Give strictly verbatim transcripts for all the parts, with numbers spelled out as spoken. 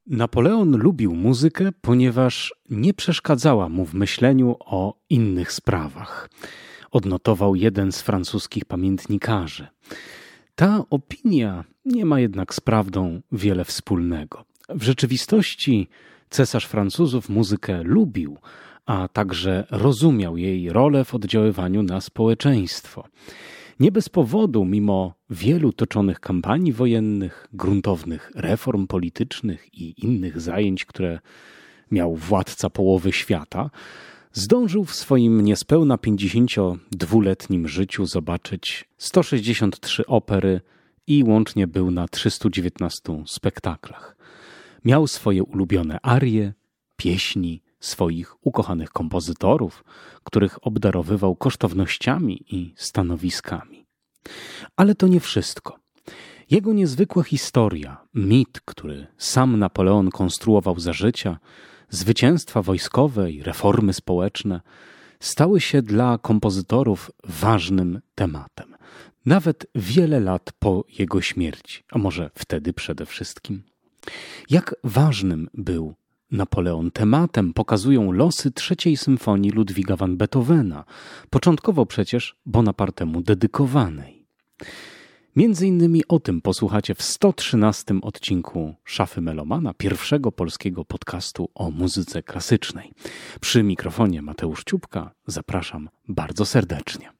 Napoleon lubił muzykę, ponieważ nie przeszkadzała mu w myśleniu o innych sprawach. Odnotował jeden z francuskich pamiętnikarzy. Ta opinia nie ma jednak z prawdą wiele wspólnego. W rzeczywistości cesarz Francuzów muzykę lubił, a także rozumiał jej rolę w oddziaływaniu na społeczeństwo. Nie bez powodu, mimo wielu toczonych kampanii wojennych, gruntownych reform politycznych i innych zajęć, które miał władca połowy świata, zdążył w swoim niespełna pięćdziesięciodwuletnim życiu zobaczyć sto sześćdziesiąt trzy opery i łącznie był na trzystu dziewiętnastu spektaklach. Miał swoje ulubione arie, pieśni, swoich ukochanych kompozytorów, których obdarowywał kosztownościami i stanowiskami. Ale to nie wszystko. Jego niezwykła historia, mit, który sam Napoleon konstruował za życia, zwycięstwa wojskowe i reformy społeczne, stały się dla kompozytorów ważnym tematem. Nawet wiele lat po jego śmierci, a może wtedy przede wszystkim. Jak ważnym był Napoleon tematem pokazują losy trzeciej symfonii Ludwiga van Beethovena, początkowo przecież Bonapartemu dedykowanej. Między innymi o tym posłuchacie w sto trzynastym odcinku Szafy Melomana, pierwszego polskiego podcastu o muzyce klasycznej. Przy mikrofonie Mateusz Ciupka zapraszam bardzo serdecznie.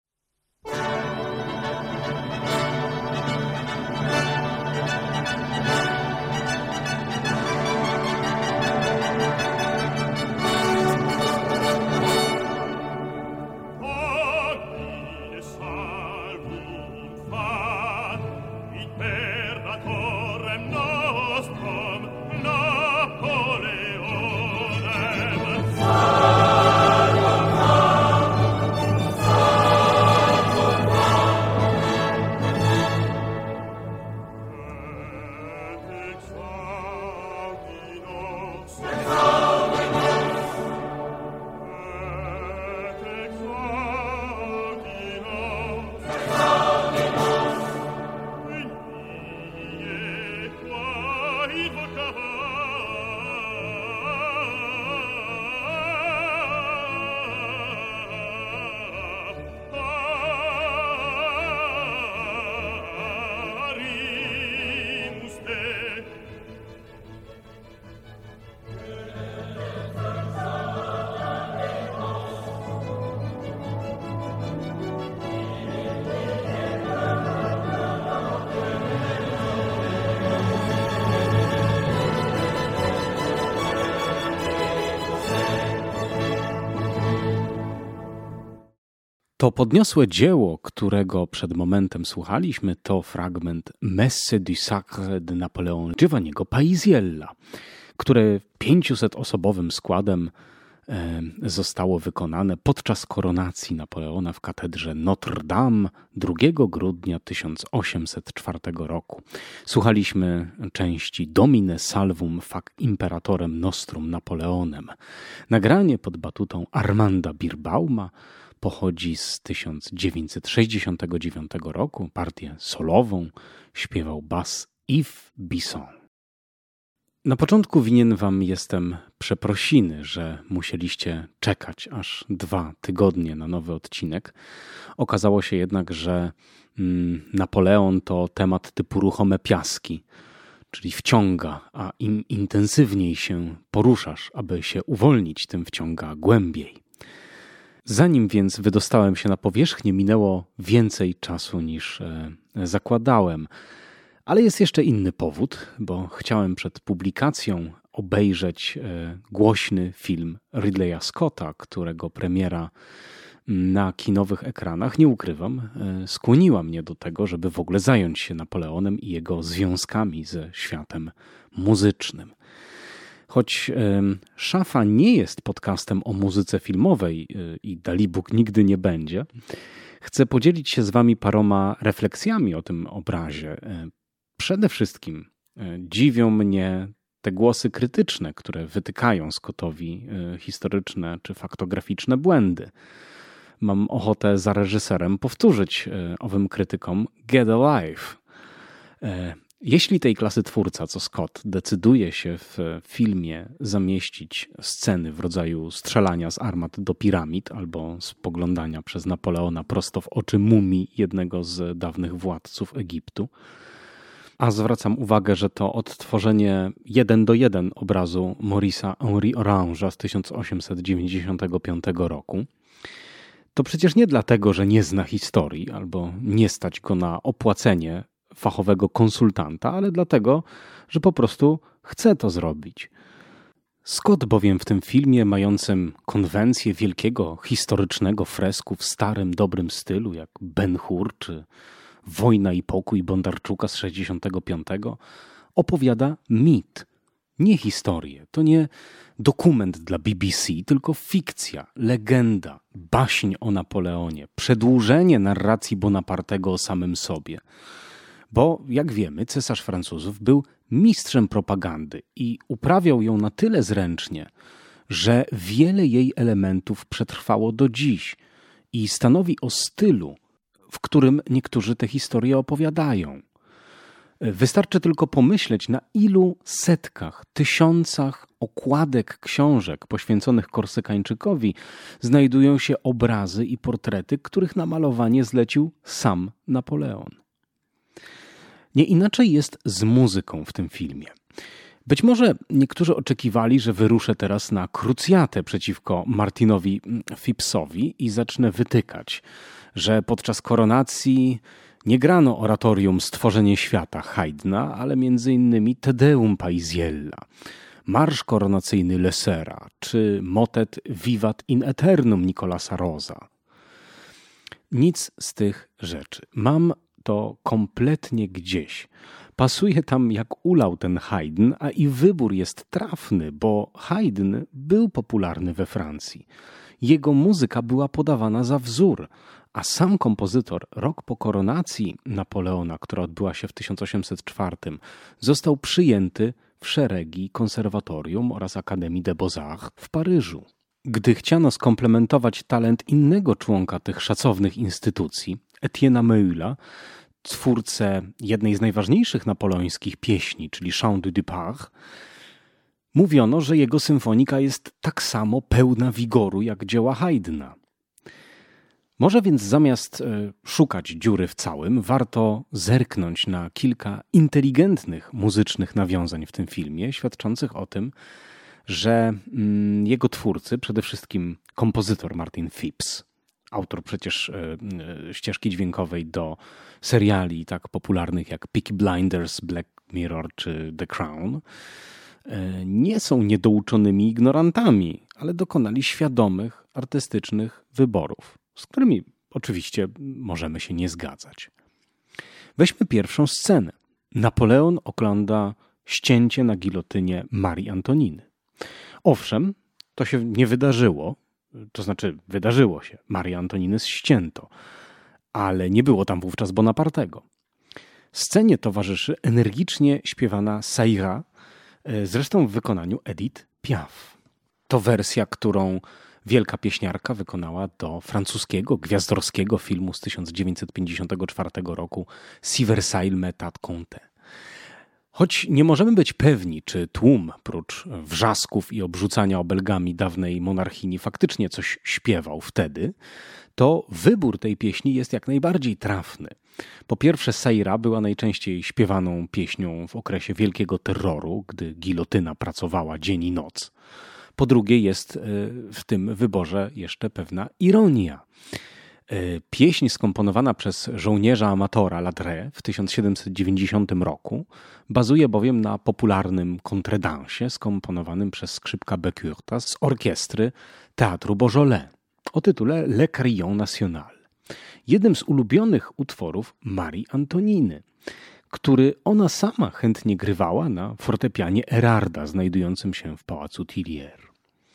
To podniosłe dzieło, którego przed momentem słuchaliśmy, to fragment Messe du Sacre de Napoléon Giovanniego Paisiella, które pięciusotoosobowym składem zostało wykonane podczas koronacji Napoleona w katedrze Notre Dame drugiego grudnia tysiąc osiemset czwartego roku. Słuchaliśmy części Domine Salvum fac Imperatorem Nostrum Napoleonem. Nagranie pod batutą Armanda Birbauma pochodzi z tysiąc dziewięćset sześćdziesiątego dziewiątego roku. Partię solową śpiewał bas Yves Bisson. Na początku winien wam jestem przeprosiny, że musieliście czekać aż dwa tygodnie na nowy odcinek. Okazało się jednak, że mm, Napoleon to temat typu ruchome piaski, czyli wciąga, a im intensywniej się poruszasz, aby się uwolnić, tym wciąga głębiej. Zanim więc wydostałem się na powierzchnię, minęło więcej czasu niż e, zakładałem. Ale jest jeszcze inny powód, bo chciałem przed publikacją obejrzeć e, głośny film Ridleya Scotta, którego premiera na kinowych ekranach, nie ukrywam, e, skłoniła mnie do tego, żeby w ogóle zająć się Napoleonem i jego związkami ze światem muzycznym. Choć e, Szafa nie jest podcastem o muzyce filmowej e, i dalibóg nigdy nie będzie, chcę podzielić się z wami paroma refleksjami o tym obrazie. E, przede wszystkim e, dziwią mnie te głosy krytyczne, które wytykają Scottowi e, historyczne czy faktograficzne błędy. Mam ochotę za reżyserem powtórzyć e, owym krytykom Get a Life. E, Jeśli tej klasy twórca, co Scott, decyduje się w filmie zamieścić sceny w rodzaju strzelania z armat do piramid albo spoglądania przez Napoleona prosto w oczy mumii jednego z dawnych władców Egiptu, a zwracam uwagę, że to odtworzenie jeden do jeden obrazu Maurice'a Henri Orange'a z tysiąc osiemset dziewięćdziesiątego piątego roku, to przecież nie dlatego, że nie zna historii albo nie stać go na opłacenie fachowego konsultanta, ale dlatego, że po prostu chce to zrobić. Scott bowiem w tym filmie, mającym konwencję wielkiego historycznego fresku w starym, dobrym stylu, jak Ben-Hur czy Wojna i pokój Bondarczuka z sześćdziesiątego piątego, opowiada mit, nie historię. To nie dokument dla B B C, tylko fikcja, legenda, baśń o Napoleonie, przedłużenie narracji Bonapartego o samym sobie. Bo, jak wiemy, cesarz Francuzów był mistrzem propagandy i uprawiał ją na tyle zręcznie, że wiele jej elementów przetrwało do dziś i stanowi o stylu, w którym niektórzy te historie opowiadają. Wystarczy tylko pomyśleć, na ilu setkach, tysiącach okładek książek poświęconych Korsykańczykowi znajdują się obrazy i portrety, których na malowanie zlecił sam Napoleon. Nie inaczej jest z muzyką w tym filmie. Być może niektórzy oczekiwali, że wyruszę teraz na krucjatę przeciwko Martinowi Phippsowi i zacznę wytykać, że podczas koronacji nie grano oratorium Stworzenie świata Haydna, ale między innymi Te Deum Paisiella, marsz koronacyjny Lessera czy motet Vivat in Aeternum Nicolasa Rosa. Nic z tych rzeczy. Mam to kompletnie gdzieś. Pasuje tam jak ulał ten Haydn, a i wybór jest trafny, bo Haydn był popularny we Francji. Jego muzyka była podawana za wzór, a sam kompozytor rok po koronacji Napoleona, która odbyła się w tysiąc osiemset czwartym, został przyjęty w szeregi konserwatorium oraz Akademii des Beaux-Arts w Paryżu. Gdy chciano skomplementować talent innego członka tych szacownych instytucji, Etienne'a Meula, twórcę jednej z najważniejszych napoleońskich pieśni, czyli Chant du Départ, mówiono, że jego symfonika jest tak samo pełna wigoru jak dzieła Haydna. Może więc zamiast szukać dziury w całym, warto zerknąć na kilka inteligentnych muzycznych nawiązań w tym filmie, świadczących o tym, że jego twórcy, przede wszystkim kompozytor Martin Phipps, autor przecież ścieżki dźwiękowej do seriali tak popularnych jak Peaky Blinders, Black Mirror czy The Crown, nie są niedouczonymi ignorantami, ale dokonali świadomych, artystycznych wyborów, z którymi oczywiście możemy się nie zgadzać. Weźmy pierwszą scenę. Napoleon ogląda ścięcie na gilotynie Marii Antoniny. Owszem, to się nie wydarzyło, to znaczy wydarzyło się, Marię Antoninę ścięto, ale nie było tam wówczas Bonapartego. Scenie towarzyszy energicznie śpiewana Ça, zresztą w wykonaniu Edith Piaf. To wersja, którą wielka pieśniarka wykonała do francuskiego, gwiazdorskiego filmu z tysiąc dziewięćset pięćdziesiątego czwartego roku Si Versailles m'etat conté. Choć nie możemy być pewni, czy tłum, prócz wrzasków i obrzucania obelgami dawnej monarchini, faktycznie coś śpiewał wtedy, to wybór tej pieśni jest jak najbardziej trafny. Po pierwsze, Saira była najczęściej śpiewaną pieśnią w okresie Wielkiego Terroru, gdy gilotyna pracowała dzień i noc. Po drugie, jest w tym wyborze jeszcze pewna ironia. Pieśń skomponowana przez żołnierza amatora Ladré w tysiąc siedemset dziewięćdziesiątym roku bazuje bowiem na popularnym kontredansie skomponowanym przez skrzypka Bekurta z orkiestry Teatru Beaujolais o tytule Le Carillon National. Jednym z ulubionych utworów Marii Antoniny, który ona sama chętnie grywała na fortepianie Erarda znajdującym się w pałacu Tillières.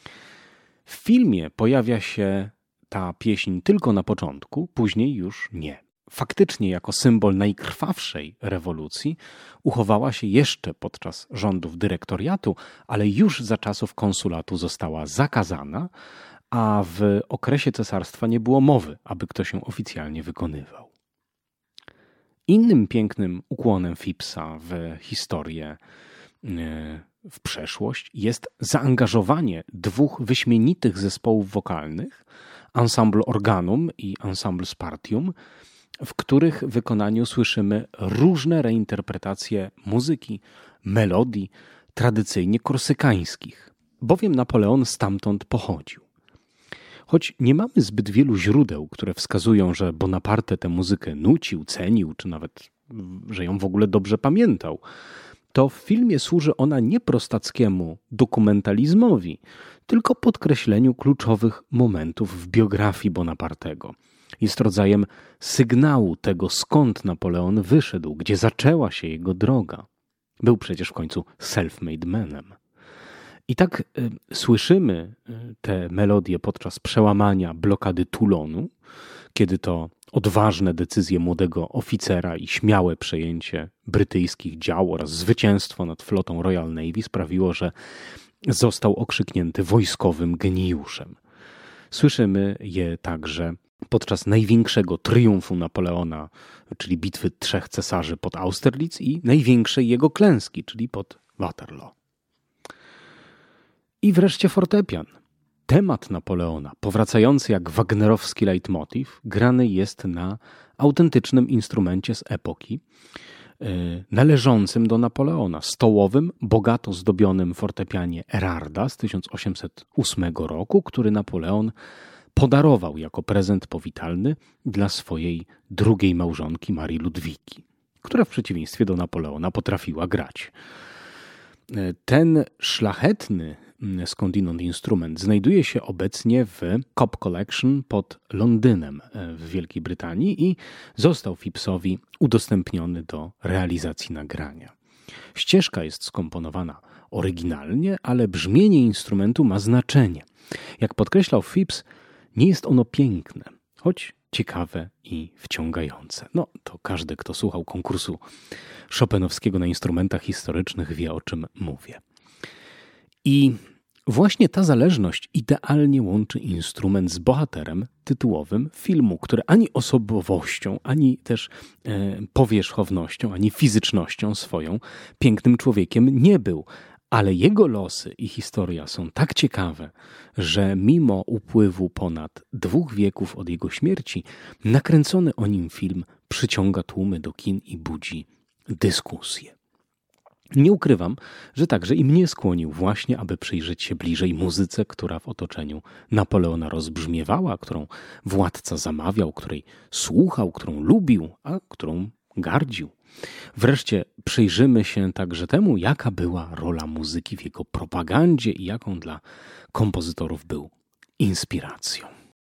W filmie pojawia się ta pieśń tylko na początku, później już nie. Faktycznie jako symbol najkrwawszej rewolucji uchowała się jeszcze podczas rządów dyrektoriatu, ale już za czasów konsulatu została zakazana, a w okresie cesarstwa nie było mowy, aby ktoś ją oficjalnie wykonywał. Innym pięknym ukłonem Phippsa w historię, w przeszłość jest zaangażowanie dwóch wyśmienitych zespołów wokalnych, Ensemble Organum i Ensemble Spartium, w których wykonaniu słyszymy różne reinterpretacje muzyki, melodii tradycyjnie korsykańskich, bowiem Napoleon stamtąd pochodził. Choć nie mamy zbyt wielu źródeł, które wskazują, że Bonaparte tę muzykę nucił, cenił, czy nawet, że ją w ogóle dobrze pamiętał, to w filmie służy ona nie prostackiemu dokumentalizmowi, tylko podkreśleniu kluczowych momentów w biografii Bonapartego. Jest rodzajem sygnału tego, skąd Napoleon wyszedł, gdzie zaczęła się jego droga. Był przecież w końcu self-made manem. I tak y, słyszymy y, te melodie podczas przełamania blokady Toulonu, kiedy to odważne decyzje młodego oficera i śmiałe przejęcie brytyjskich dział oraz zwycięstwo nad flotą Royal Navy sprawiło, że został okrzyknięty wojskowym geniuszem. Słyszymy je także podczas największego triumfu Napoleona, czyli bitwy trzech cesarzy pod Austerlitz i największej jego klęski, czyli pod Waterloo. I wreszcie fortepian. Temat Napoleona, powracający jak wagnerowski leitmotiv, grany jest na autentycznym instrumencie z epoki, yy, należącym do Napoleona, stołowym, bogato zdobionym fortepianie Erarda z tysiąc osiemset ósmego roku, który Napoleon podarował jako prezent powitalny dla swojej drugiej małżonki Marii Ludwiki, która w przeciwieństwie do Napoleona potrafiła grać. Ten szlachetny skądinąd instrument znajduje się obecnie w Cobb Collection pod Londynem w Wielkiej Brytanii i został Phippsowi udostępniony do realizacji nagrania. Ścieżka jest skomponowana oryginalnie, ale brzmienie instrumentu ma znaczenie. Jak podkreślał Phipps, nie jest ono piękne, choć ciekawe i wciągające. No to każdy, kto słuchał konkursu chopinowskiego na instrumentach historycznych, wie, o czym mówię. I właśnie ta zależność idealnie łączy instrument z bohaterem tytułowym filmu, który ani osobowością, ani też e, powierzchownością, ani fizycznością swoją pięknym człowiekiem nie był. Ale jego losy i historia są tak ciekawe, że mimo upływu ponad dwóch wieków od jego śmierci, nakręcony o nim film przyciąga tłumy do kin i budzi dyskusję. Nie ukrywam, że także i mnie skłonił właśnie, aby przyjrzeć się bliżej muzyce, która w otoczeniu Napoleona rozbrzmiewała, którą władca zamawiał, której słuchał, którą lubił, a którą gardził. Wreszcie przyjrzymy się także temu, jaka była rola muzyki w jego propagandzie i jaką dla kompozytorów był inspiracją.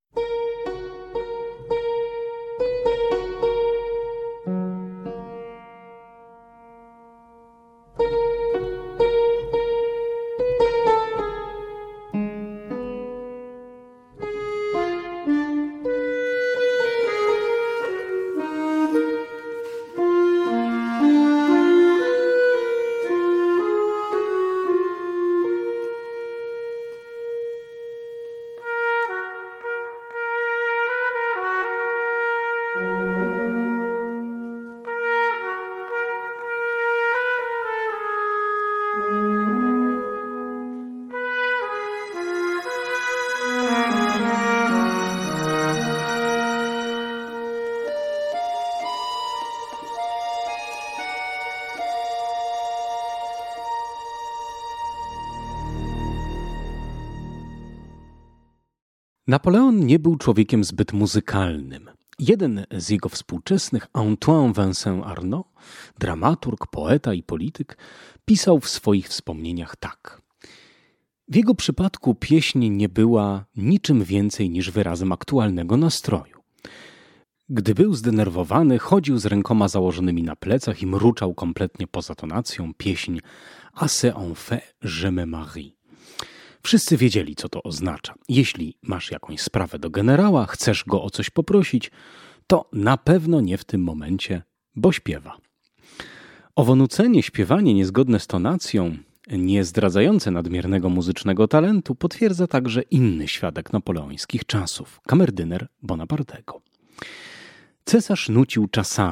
Napoleon nie był człowiekiem zbyt muzykalnym. Jeden z jego współczesnych, Antoine Vincent Arnaud, dramaturg, poeta i polityk, pisał w swoich wspomnieniach tak. W jego przypadku pieśń nie była niczym więcej niż wyrazem aktualnego nastroju. Gdy był zdenerwowany, chodził z rękoma założonymi na plecach i mruczał kompletnie poza tonacją pieśń Assez en fait, je me marie. Wszyscy wiedzieli, co to oznacza. Jeśli masz jakąś sprawę do generała, chcesz go o coś poprosić, to na pewno nie w tym momencie, bo śpiewa. Owo nucenie, śpiewanie niezgodne z tonacją, nie zdradzające nadmiernego muzycznego talentu, potwierdza także inny świadek napoleońskich czasów, kamerdyner Bonapartego. Cesarz nucił czasami,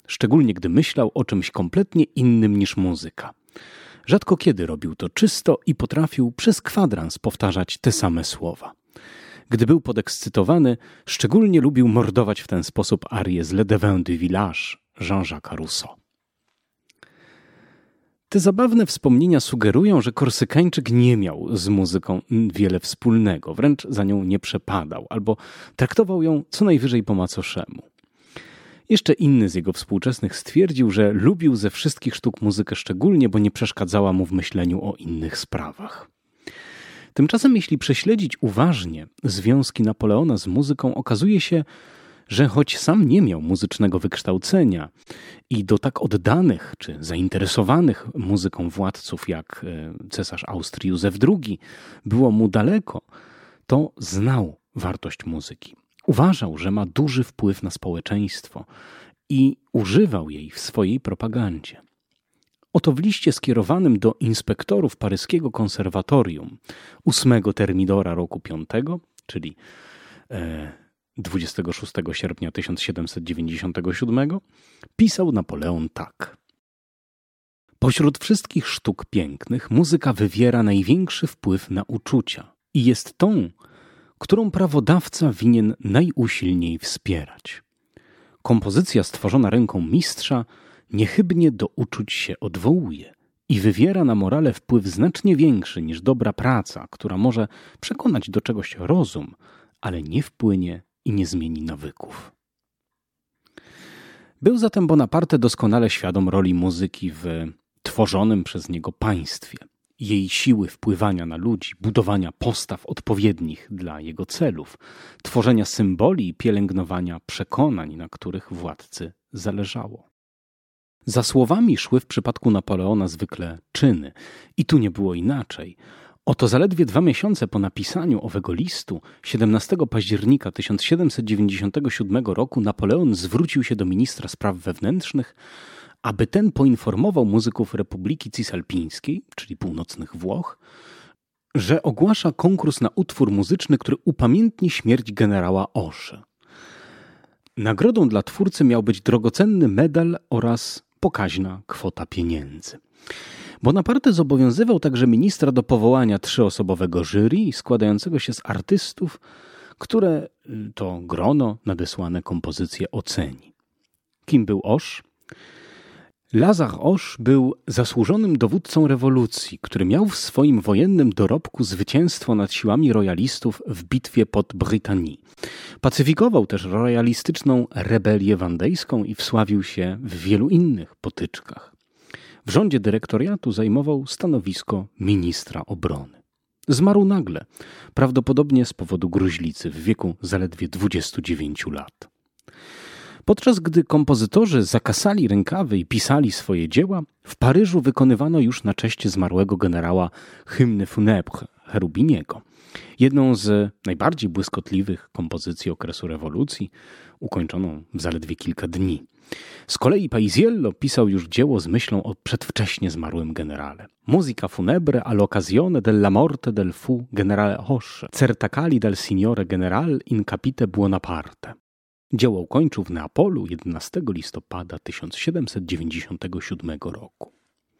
szczególnie gdy myślał o czymś kompletnie innym niż muzyka. Rzadko kiedy robił to czysto i potrafił przez kwadrans powtarzać te same słowa. Gdy był podekscytowany, szczególnie lubił mordować w ten sposób arię z Le Devin du Village Jean-Jacques Rousseau. Te zabawne wspomnienia sugerują, że Korsykańczyk nie miał z muzyką wiele wspólnego, wręcz za nią nie przepadał, albo traktował ją co najwyżej po macoszemu. Jeszcze inny z jego współczesnych stwierdził, że lubił ze wszystkich sztuk muzykę szczególnie, bo nie przeszkadzała mu w myśleniu o innych sprawach. Tymczasem, jeśli prześledzić uważnie związki Napoleona z muzyką, okazuje się, że choć sam nie miał muzycznego wykształcenia i do tak oddanych czy zainteresowanych muzyką władców jak cesarz Austrii Józef drugi było mu daleko, to znał wartość muzyki. Uważał, że ma duży wpływ na społeczeństwo i używał jej w swojej propagandzie. Oto w liście skierowanym do inspektorów paryskiego konserwatorium ósmego termidora roku piątego, czyli dwudziestego szóstego sierpnia tysiąc siedemset dziewięćdziesiątego siódmego, pisał Napoleon tak. Pośród wszystkich sztuk pięknych muzyka wywiera największy wpływ na uczucia i jest tą, którą prawodawca winien najusilniej wspierać. Kompozycja stworzona ręką mistrza niechybnie do uczuć się odwołuje i wywiera na morale wpływ znacznie większy niż dobra praca, która może przekonać do czegoś rozum, ale nie wpłynie i nie zmieni nawyków. Był zatem Bonaparte doskonale świadom roli muzyki w tworzonym przez niego państwie, jej siły wpływania na ludzi, budowania postaw odpowiednich dla jego celów, tworzenia symboli i pielęgnowania przekonań, na których władcy zależało. Za słowami szły w przypadku Napoleona zwykle czyny i tu nie było inaczej. Oto zaledwie dwa miesiące po napisaniu owego listu, siedemnastego października tysiąc siedemset dziewięćdziesiątego siódmego roku, Napoleon zwrócił się do ministra spraw wewnętrznych, aby ten poinformował muzyków Republiki Cisalpińskiej, czyli północnych Włoch, że ogłasza konkurs na utwór muzyczny, który upamiętni śmierć generała Hoche. Nagrodą dla twórcy miał być drogocenny medal oraz pokaźna kwota pieniędzy. Bonaparte zobowiązywał także ministra do powołania trzyosobowego jury składającego się z artystów, które to grono nadesłane kompozycje oceni. Kim był Hoche? Lazare Hoche był zasłużonym dowódcą rewolucji, który miał w swoim wojennym dorobku zwycięstwo nad siłami royalistów w bitwie pod Brittany. Pacyfikował też royalistyczną rebelię wandejską i wsławił się w wielu innych potyczkach. W rządzie dyrektoriatu zajmował stanowisko ministra obrony. Zmarł nagle, prawdopodobnie z powodu gruźlicy w wieku zaledwie dwudziestu dziewięciu lat. Podczas gdy kompozytorzy zakasali rękawy i pisali swoje dzieła, w Paryżu wykonywano już na cześć zmarłego generała hymny funèbre Cherubiniego, jedną z najbardziej błyskotliwych kompozycji okresu rewolucji, ukończoną w zaledwie kilka dni. Z kolei Paisiello pisał już dzieło z myślą o przedwcześnie zmarłym generale. Musica funebre all'occasione della morte del fu generale Hoche, certacali del signore general in capite Buonaparte. Dzieło ukończył w Neapolu jedenastego listopada tysiąc siedemset dziewięćdziesiątego siódmego roku.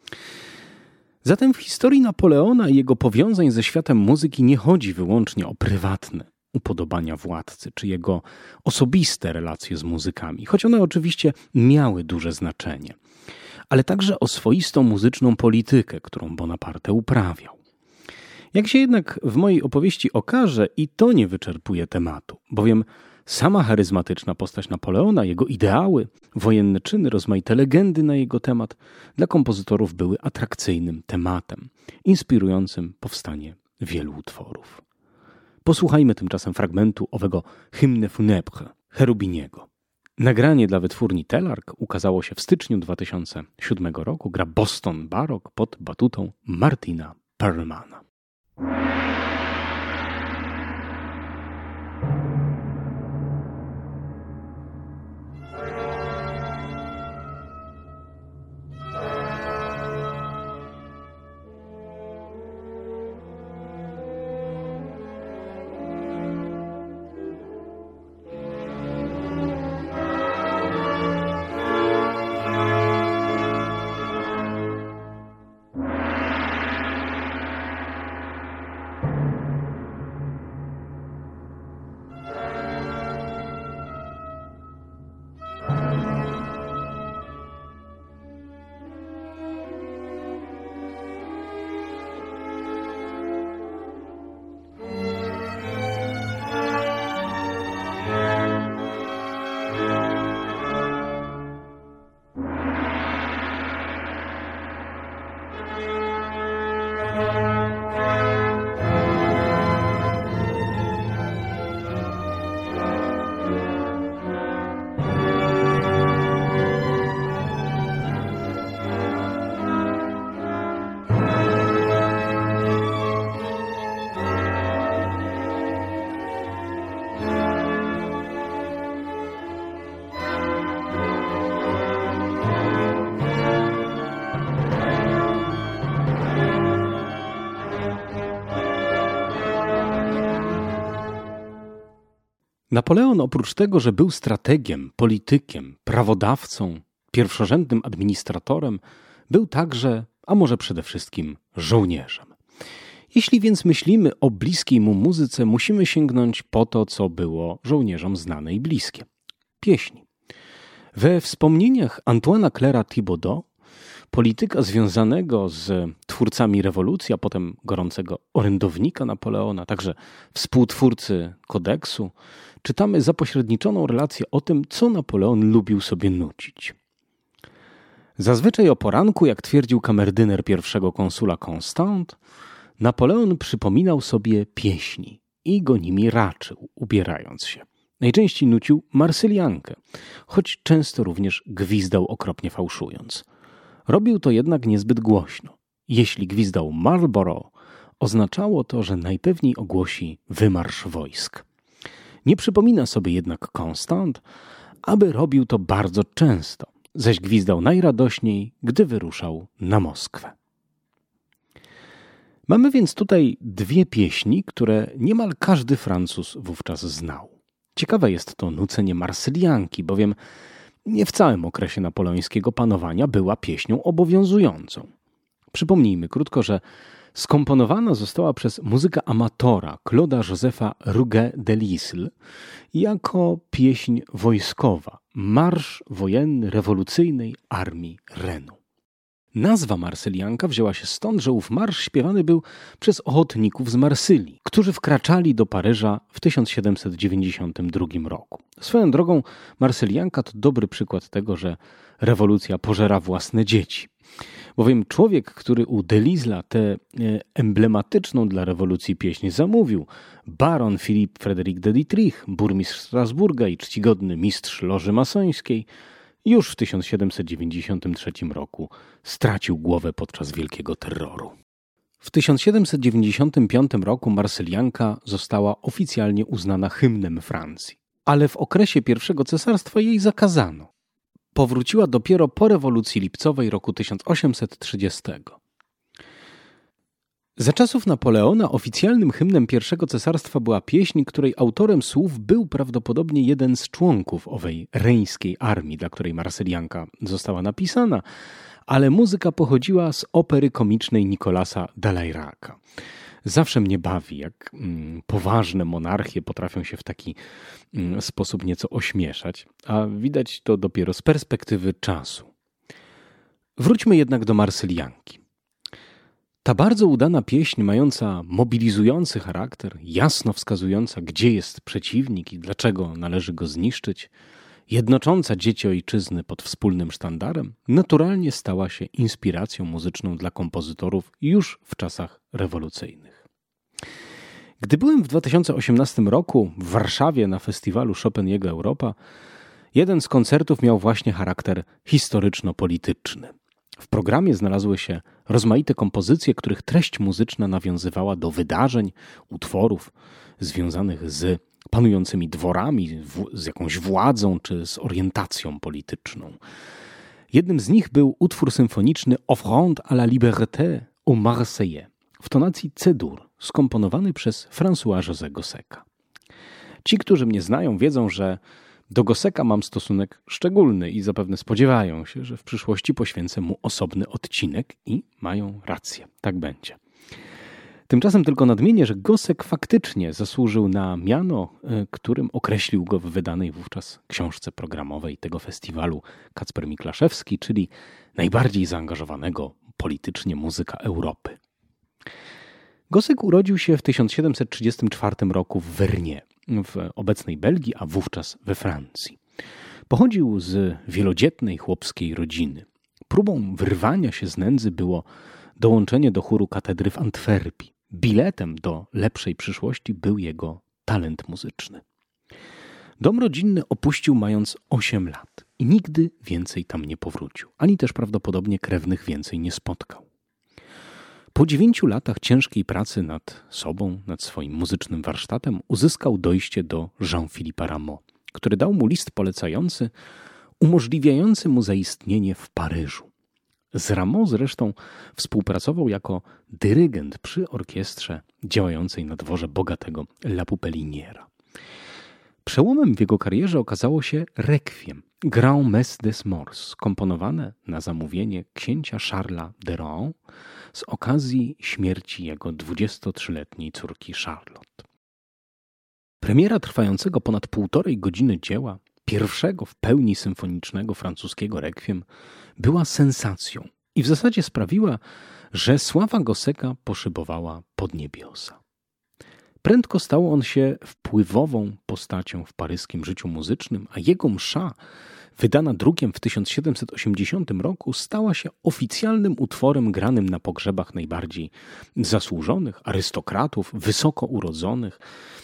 Zatem w historii Napoleona i jego powiązań ze światem muzyki nie chodzi wyłącznie o prywatne upodobania władcy, czy jego osobiste relacje z muzykami, choć one oczywiście miały duże znaczenie, ale także o swoistą muzyczną politykę, którą Bonaparte uprawiał. Jak się jednak w mojej opowieści okaże, i to nie wyczerpuje tematu, bowiem sama charyzmatyczna postać Napoleona, jego ideały, wojenne czyny, rozmaite legendy na jego temat dla kompozytorów były atrakcyjnym tematem, inspirującym powstanie wielu utworów. Posłuchajmy tymczasem fragmentu owego hymny funèbre Cherubiniego. Nagranie dla wytwórni Telarc ukazało się w styczniu dwa tysiące siódmego roku. Gra Boston Baroque pod batutą Martina Perlmana. Napoleon oprócz tego, że był strategiem, politykiem, prawodawcą, pierwszorzędnym administratorem, był także, a może przede wszystkim, żołnierzem. Jeśli więc myślimy o bliskiej mu muzyce, musimy sięgnąć po to, co było żołnierzom znane i bliskie. Pieśni. We wspomnieniach Antoine'a Claira Thibaudot, polityka związanego z twórcami rewolucji, a potem gorącego orędownika Napoleona, także współtwórcy kodeksu, czytamy zapośredniczoną relację o tym, co Napoleon lubił sobie nucić. Zazwyczaj o poranku, jak twierdził kamerdyner pierwszego konsula Constant, Napoleon przypominał sobie pieśni i go nimi raczył, ubierając się. Najczęściej nucił Marsyliankę, choć często również gwizdał okropnie fałszując. Robił to jednak niezbyt głośno. Jeśli gwizdał Marlborough, oznaczało to, że najpewniej ogłosi wymarsz wojsk. Nie przypomina sobie jednak Constant, aby robił to bardzo często, zaś gwizdał najradośniej, gdy wyruszał na Moskwę. Mamy więc tutaj dwie pieśni, które niemal każdy Francuz wówczas znał. Ciekawe jest to nucenie Marsylianki, bowiem nie w całym okresie napoleońskiego panowania była pieśnią obowiązującą. Przypomnijmy krótko, że skomponowana została przez muzyka amatora Claude'a Josepha Rouget de Lisle jako pieśń wojskowa, marsz wojenny rewolucyjnej armii Renu. Nazwa Marsylianka wzięła się stąd, że ów marsz śpiewany był przez ochotników z Marsylii, którzy wkraczali do Paryża w tysiąc siedemset dziewięćdziesiątym drugim roku. Swoją drogą Marsylianka to dobry przykład tego, że rewolucja pożera własne dzieci. Bowiem człowiek, który u Delisla tę emblematyczną dla rewolucji pieśń zamówił, baron Philippe Frédéric de Dietrich, burmistrz Strasburga i czcigodny mistrz loży masońskiej, już w tysiąc siedemset dziewięćdziesiątym trzecim roku stracił głowę podczas Wielkiego Terroru. W tysiąc siedemset dziewięćdziesiątym piątym roku Marsylianka została oficjalnie uznana hymnem Francji, ale w okresie pierwszego cesarstwa jej zakazano. Powróciła dopiero po rewolucji lipcowej roku tysiąc osiemset trzydziestego. Za czasów Napoleona oficjalnym hymnem pierwszego cesarstwa była pieśń, której autorem słów był prawdopodobnie jeden z członków owej reńskiej armii, dla której Marsylianka została napisana, ale muzyka pochodziła z opery komicznej Nicolasa Dalayraca. Zawsze mnie bawi, jak mm, poważne monarchie potrafią się w taki mm, sposób nieco ośmieszać, a widać to dopiero z perspektywy czasu. Wróćmy jednak do Marsylianki. Ta bardzo udana pieśń, mająca mobilizujący charakter, jasno wskazująca, gdzie jest przeciwnik i dlaczego należy go zniszczyć, jednocząca dzieci ojczyzny pod wspólnym sztandarem, naturalnie stała się inspiracją muzyczną dla kompozytorów już w czasach rewolucyjnych. Gdy byłem w dwa tysiące osiemnastym roku w Warszawie na festiwalu Chopin Jego Europa, jeden z koncertów miał właśnie charakter historyczno-polityczny. W programie znalazły się rozmaite kompozycje, których treść muzyczna nawiązywała do wydarzeń, utworów związanych z panującymi dworami, z jakąś władzą czy z orientacją polityczną. Jednym z nich był utwór symfoniczny Offrande à la liberté au Marseillais w tonacji C-dur, skomponowany przez François-José Gossec'a. Ci, którzy mnie znają, wiedzą, że do Gossec'a mam stosunek szczególny i zapewne spodziewają się, że w przyszłości poświęcę mu osobny odcinek i mają rację. Tak będzie. Tymczasem tylko nadmienię, że Gossec faktycznie zasłużył na miano, którym określił go w wydanej wówczas książce programowej tego festiwalu Kacper Miklaszewski, czyli najbardziej zaangażowanego politycznie muzyka Europy. Gossec urodził się w tysiąc siedemset trzydziestym czwartym roku w Vernier, w obecnej Belgii, a wówczas we Francji. Pochodził z wielodzietnej chłopskiej rodziny. Próbą wyrwania się z nędzy było dołączenie do chóru katedry w Antwerpii. Biletem do lepszej przyszłości był jego talent muzyczny. Dom rodzinny opuścił mając osiem lat i nigdy więcej tam nie powrócił, ani też prawdopodobnie krewnych więcej nie spotkał. Po dziewięciu latach ciężkiej pracy nad sobą, nad swoim muzycznym warsztatem, uzyskał dojście do Jean-Philippe Rameau, który dał mu list polecający, umożliwiający mu zaistnienie w Paryżu. Z Rameau zresztą współpracował jako dyrygent przy orkiestrze działającej na dworze bogatego La Pupeliniera. Przełomem w jego karierze okazało się Requiem, Grand Messe des Morts, skomponowane na zamówienie księcia Charlesa de Rohan z okazji śmierci jego dwudziestotrzyletniej córki Charlotte. Premiera trwającego ponad półtorej godziny dzieła, pierwszego w pełni symfonicznego francuskiego Requiem, była sensacją i w zasadzie sprawiła, że sława Gosseka poszybowała pod niebiosa. Prędko stał on się wpływową postacią w paryskim życiu muzycznym, a jego msza, wydana drukiem w tysiąc siedemset osiemdziesiątym roku, stała się oficjalnym utworem granym na pogrzebach najbardziej zasłużonych, arystokratów, wysoko urodzonych,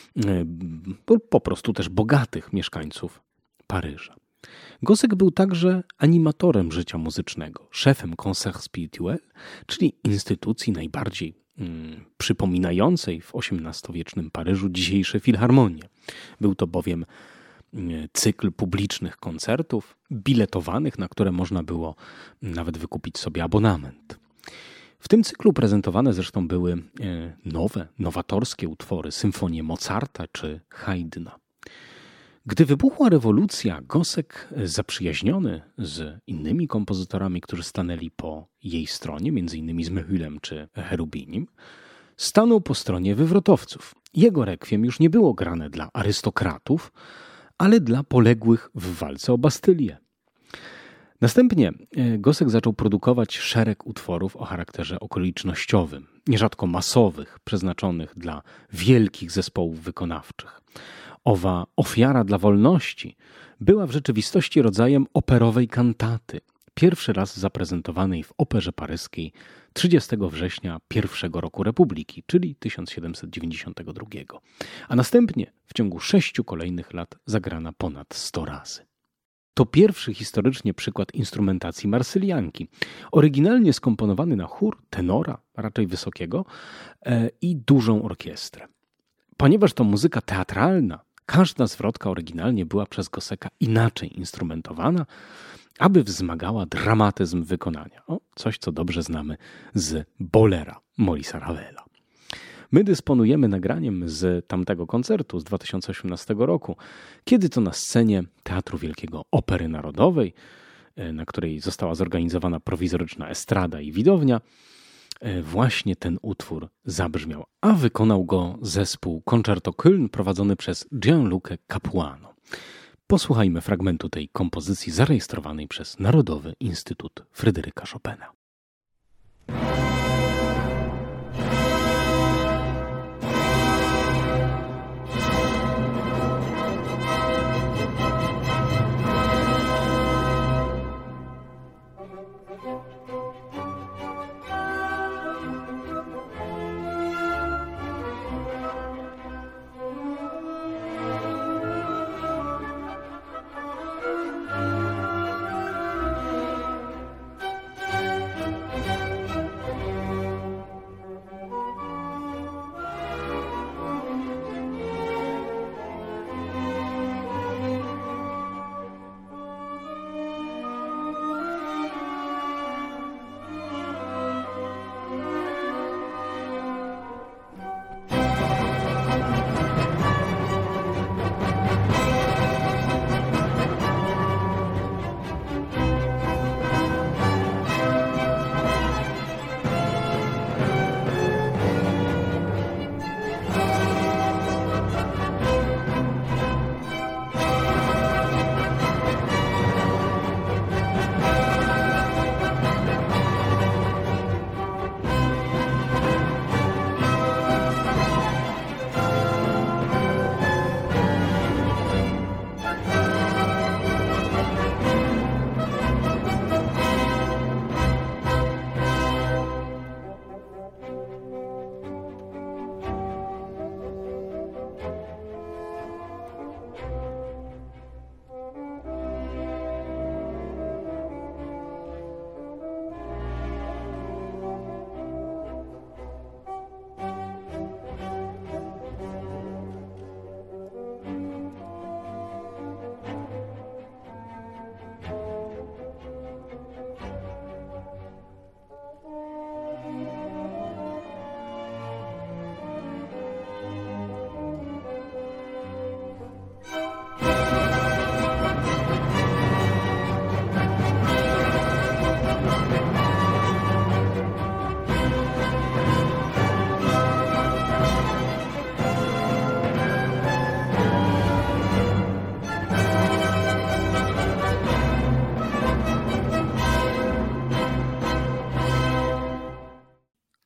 po prostu też bogatych mieszkańców Paryża. Gossec był także animatorem życia muzycznego, szefem Concert Spirituel, czyli instytucji najbardziej hmm, przypominającej w osiemnastowiecznym Paryżu dzisiejsze filharmonie. Był to bowiem cykl publicznych koncertów, biletowanych, na które można było nawet wykupić sobie abonament. W tym cyklu prezentowane zresztą były nowe, nowatorskie utwory, symfonie Mozarta czy Haydna. Gdy wybuchła rewolucja, Gossec, zaprzyjaźniony z innymi kompozytorami, którzy stanęli po jej stronie, między innymi z Mehulem czy Cherubinim, stanął po stronie wywrotowców. Jego rekwiem już nie było grane dla arystokratów, ale dla poległych w walce o Bastylię. Następnie Gossec zaczął produkować szereg utworów o charakterze okolicznościowym, nierzadko masowych, przeznaczonych dla wielkich zespołów wykonawczych. Owa ofiara dla wolności była w rzeczywistości rodzajem operowej kantaty, pierwszy raz zaprezentowanej w Operze Paryskiej trzydziestego września pierwszego roku Republiki, czyli tysiąc siedemset dziewięćdziesiątego drugiego, a następnie w ciągu sześciu kolejnych lat zagrana ponad sto razy. To pierwszy historycznie przykład instrumentacji marsylianki, oryginalnie skomponowany na chór, tenora, raczej wysokiego, e, i dużą orkiestrę. Ponieważ to muzyka teatralna, każda zwrotka oryginalnie była przez Gosseka inaczej instrumentowana, aby wzmagała dramatyzm wykonania. O, coś, co dobrze znamy z Bolera Maurice'a Ravela. My dysponujemy nagraniem z tamtego koncertu z dwa tysiące osiemnastego roku, kiedy to na scenie Teatru Wielkiego Opery Narodowej, na której została zorganizowana prowizoryczna estrada i widownia, właśnie ten utwór zabrzmiał, a wykonał go zespół Concerto Köln prowadzony przez Gianluca Capuano. Posłuchajmy fragmentu tej kompozycji zarejestrowanej przez Narodowy Instytut Fryderyka Chopina.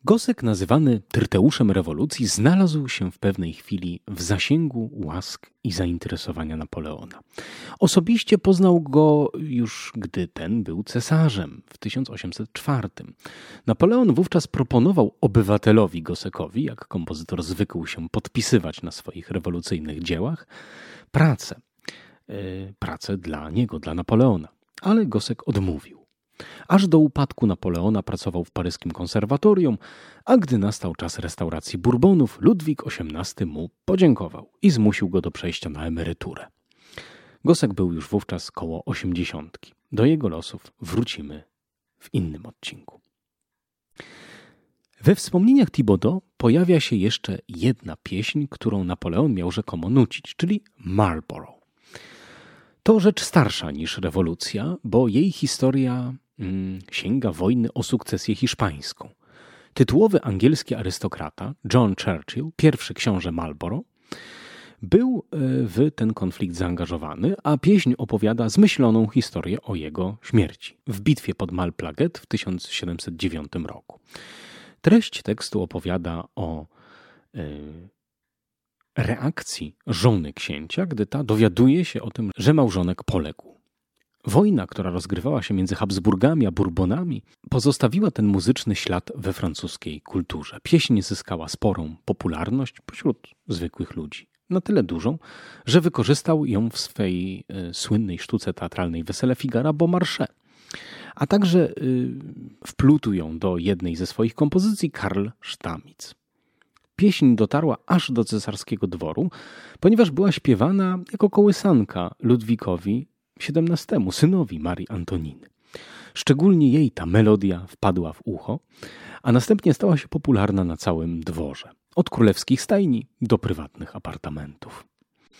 Gosek, nazywany Tyrteuszem rewolucji, znalazł się w pewnej chwili w zasięgu łask i zainteresowania Napoleona. Osobiście poznał go już, gdy ten był cesarzem w tysiąc osiemset czwartym. Napoleon wówczas proponował obywatelowi Gosekowi, jak kompozytor zwykł się podpisywać na swoich rewolucyjnych dziełach, pracę. Yy, pracę dla niego, dla Napoleona. Ale Gosek odmówił. Aż do upadku Napoleona pracował w paryskim konserwatorium, a gdy nastał czas restauracji Bourbonów, Ludwik osiemnasty mu podziękował i zmusił go do przejścia na emeryturę. Gosek był już wówczas koło osiemdziesiątki. Do jego losów wrócimy w innym odcinku. We wspomnieniach Thibaudeau pojawia się jeszcze jedna pieśń, którą Napoleon miał rzekomo nucić, czyli Marlborough. To rzecz starsza niż rewolucja, bo jej historia mm, sięga wojny o sukcesję hiszpańską. Tytułowy angielski arystokrata John Churchill, pierwszy książę Marlborough, był w ten konflikt zaangażowany, a pieśń opowiada zmyśloną historię o jego śmierci w bitwie pod Malplaquet w tysiąc siedemset dziewiątym roku. Treść tekstu opowiada o y, reakcji żony księcia, gdy ta dowiaduje się o tym, że małżonek poległ. Wojna, która rozgrywała się między Habsburgami a Bourbonami, pozostawiła ten muzyczny ślad we francuskiej kulturze. Pieśń zyskała sporą popularność pośród zwykłych ludzi. Na tyle dużą, że wykorzystał ją w swej y, słynnej sztuce teatralnej Wesele Figara Beaumarchais. A także y, wplótł ją do jednej ze swoich kompozycji Karl Stamitz. Pieśń dotarła aż do cesarskiego dworu, ponieważ była śpiewana jako kołysanka Ludwikowi siedemnastemu, synowi Marii Antoniny. Szczególnie jej ta melodia wpadła w ucho, a następnie stała się popularna na całym dworze. Od królewskich stajni do prywatnych apartamentów.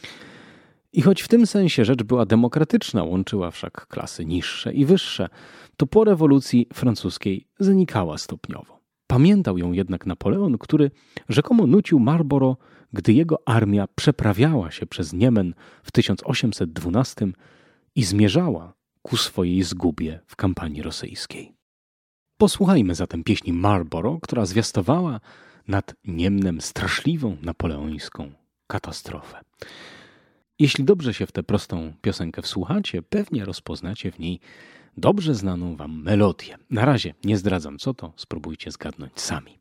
I choć w tym sensie rzecz była demokratyczna, łączyła wszak klasy niższe i wyższe, to po rewolucji francuskiej zanikała stopniowo. Pamiętał ją jednak Napoleon, który rzekomo nucił Marlborough, gdy jego armia przeprawiała się przez Niemen w tysiąc osiemset dwunastym i zmierzała ku swojej zgubie w kampanii rosyjskiej. Posłuchajmy zatem pieśni Marlborough, która zwiastowała nad Niemnem straszliwą napoleońską katastrofę. Jeśli dobrze się w tę prostą piosenkę wsłuchacie, pewnie rozpoznacie w niej dobrze znaną wam melodię. Na razie nie zdradzam co to, spróbujcie zgadnąć sami.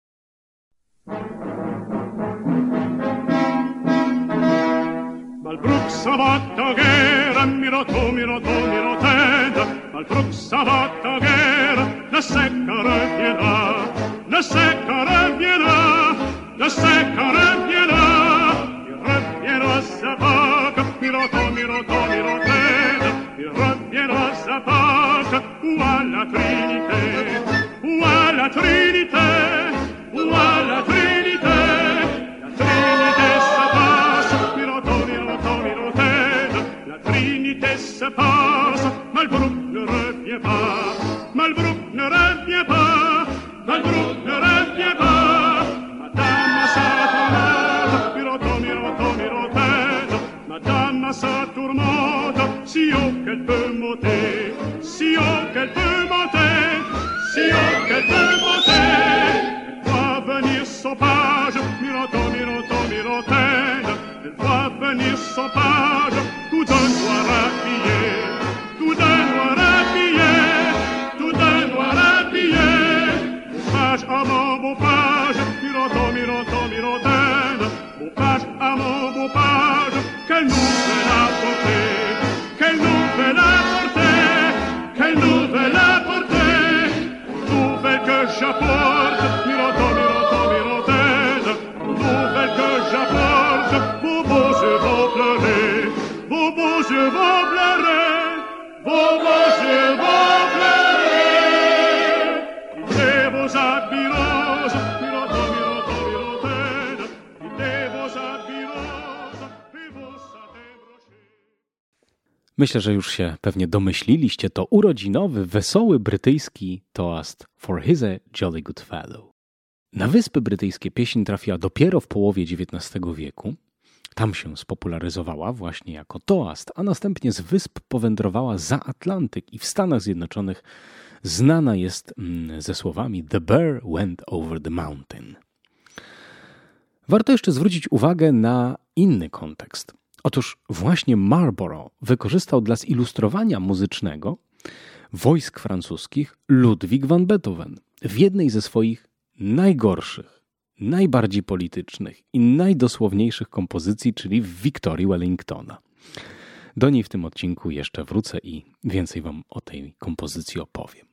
Malbrook s'en va en guerre, Mirateau, Mirateau, Mirateau. Malbrook s'en va en guerre, le sec reviendra, le sec reviendra, le sec reviendra. Il reviendra sa vague, Mirateau, Mirateau, Mirateau. Il reviendra sa vague, ou à la Trinité, ou à la Trinité, ou à la Trinité. La Trinité se passe, Mirateau, Mirateau, Mirateau. La Trinité se passe, Malbrook ne revient pas, Malbrook ne revient pas, Malbrook ne revient pas. Madame a sa tourmente, Mirateau, Mirateau, Mirateau. Madame a sa tourmente, si haut qu'elle peut monter, si haut qu'elle peut monter, si haut qu'elle peut monter. Elle voit venir son page, Mirateau, Mirateau, Mirateau. Elle voit venir son page, tout d'un noir habillé, tout d'un noir habillé, tout d'un noir habillé. Mon page à mon beau page, Mirateau, Mirateau, Mirateau. Mon page à mon beau page, quelle nouvelle apporter, quelle nouvelle apporter, quelle nouvelle apporter. Nouvelle que j'apporte, Mirateau, Mirateau, Mirateau. Nouvelle que j'apporte, vos beaux yeux vont pleurer, vos beaux yeux vont pleurer, vos beaux yeux vont pleurer. Quittez vos habits roses, Mirateau, Mirateau, Mirateau. Quittez vos habits roses et vos satins brochés. Myślę, że już się pewnie domyśliliście, to urodzinowy, wesoły brytyjski toast For He's a Jolly Good Fellow. Na Wyspy Brytyjskie pieśń trafiła dopiero w połowie dziewiętnastego wieku. Tam się spopularyzowała właśnie jako toast, a następnie z wysp powędrowała za Atlantyk i w Stanach Zjednoczonych znana jest ze słowami The bear went over the mountain. Warto jeszcze zwrócić uwagę na inny kontekst. Otóż właśnie Marlborough wykorzystał dla zilustrowania muzycznego wojsk francuskich Ludwig van Beethoven w jednej ze swoich najgorszych, najbardziej politycznych i najdosłowniejszych kompozycji, czyli w Wiktorii Wellingtona. Do niej w tym odcinku jeszcze wrócę i więcej wam o tej kompozycji opowiem.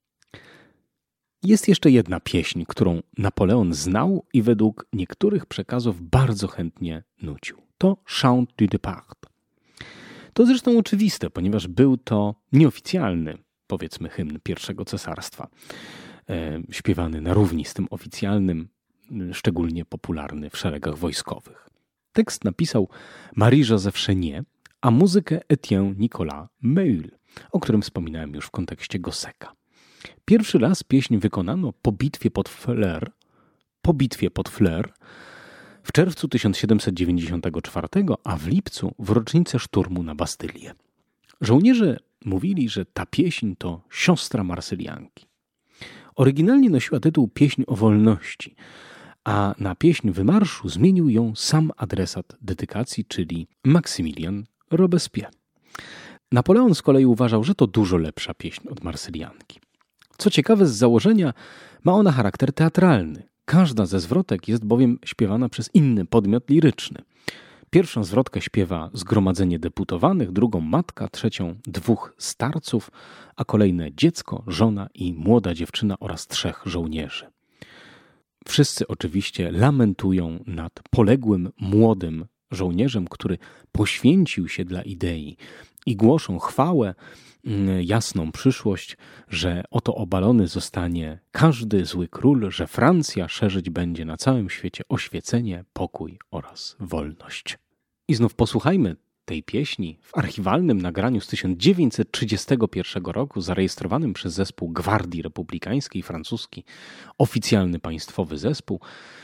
Jest jeszcze jedna pieśń, którą Napoleon znał i według niektórych przekazów bardzo chętnie nucił. To Chant du Départ. To zresztą oczywiste, ponieważ był to nieoficjalny, powiedzmy, hymn pierwszego cesarstwa, e, śpiewany na równi z tym oficjalnym, szczególnie popularny w szeregach wojskowych. Tekst napisał Marie-Joseph Chénier, a muzykę Etienne Nicolas Meul, o którym wspominałem już w kontekście Gosseka. Pierwszy raz pieśń wykonano po bitwie pod Flers, po bitwie pod Flers w czerwcu tysiąc siedemset dziewięćdziesiątego czwartego, a w lipcu w rocznicę szturmu na Bastylię. Żołnierze mówili, że ta pieśń to siostra Marsylianki. Oryginalnie nosiła tytuł Pieśń o wolności, a na pieśń wymarszu zmienił ją sam adresat dedykacji, czyli Maksymilian Robespierre. Napoleon z kolei uważał, że to dużo lepsza pieśń od Marsylianki. Co ciekawe, z założenia ma ona charakter teatralny. Każda ze zwrotek jest bowiem śpiewana przez inny podmiot liryczny. Pierwszą zwrotkę śpiewa zgromadzenie deputowanych, drugą matka, trzecią dwóch starców, a kolejne dziecko, żona i młoda dziewczyna oraz trzech żołnierzy. Wszyscy oczywiście lamentują nad poległym młodym żołnierzem, który poświęcił się dla idei i głoszą chwałę, jasną przyszłość, że oto obalony zostanie każdy zły król, że Francja szerzyć będzie na całym świecie oświecenie, pokój oraz wolność. I znów posłuchajmy tej pieśni w archiwalnym nagraniu z tysiąc dziewięćset trzydziestego pierwszego roku, zarejestrowanym przez zespół Gwardii Republikańskiej francuski, oficjalny państwowy zespół.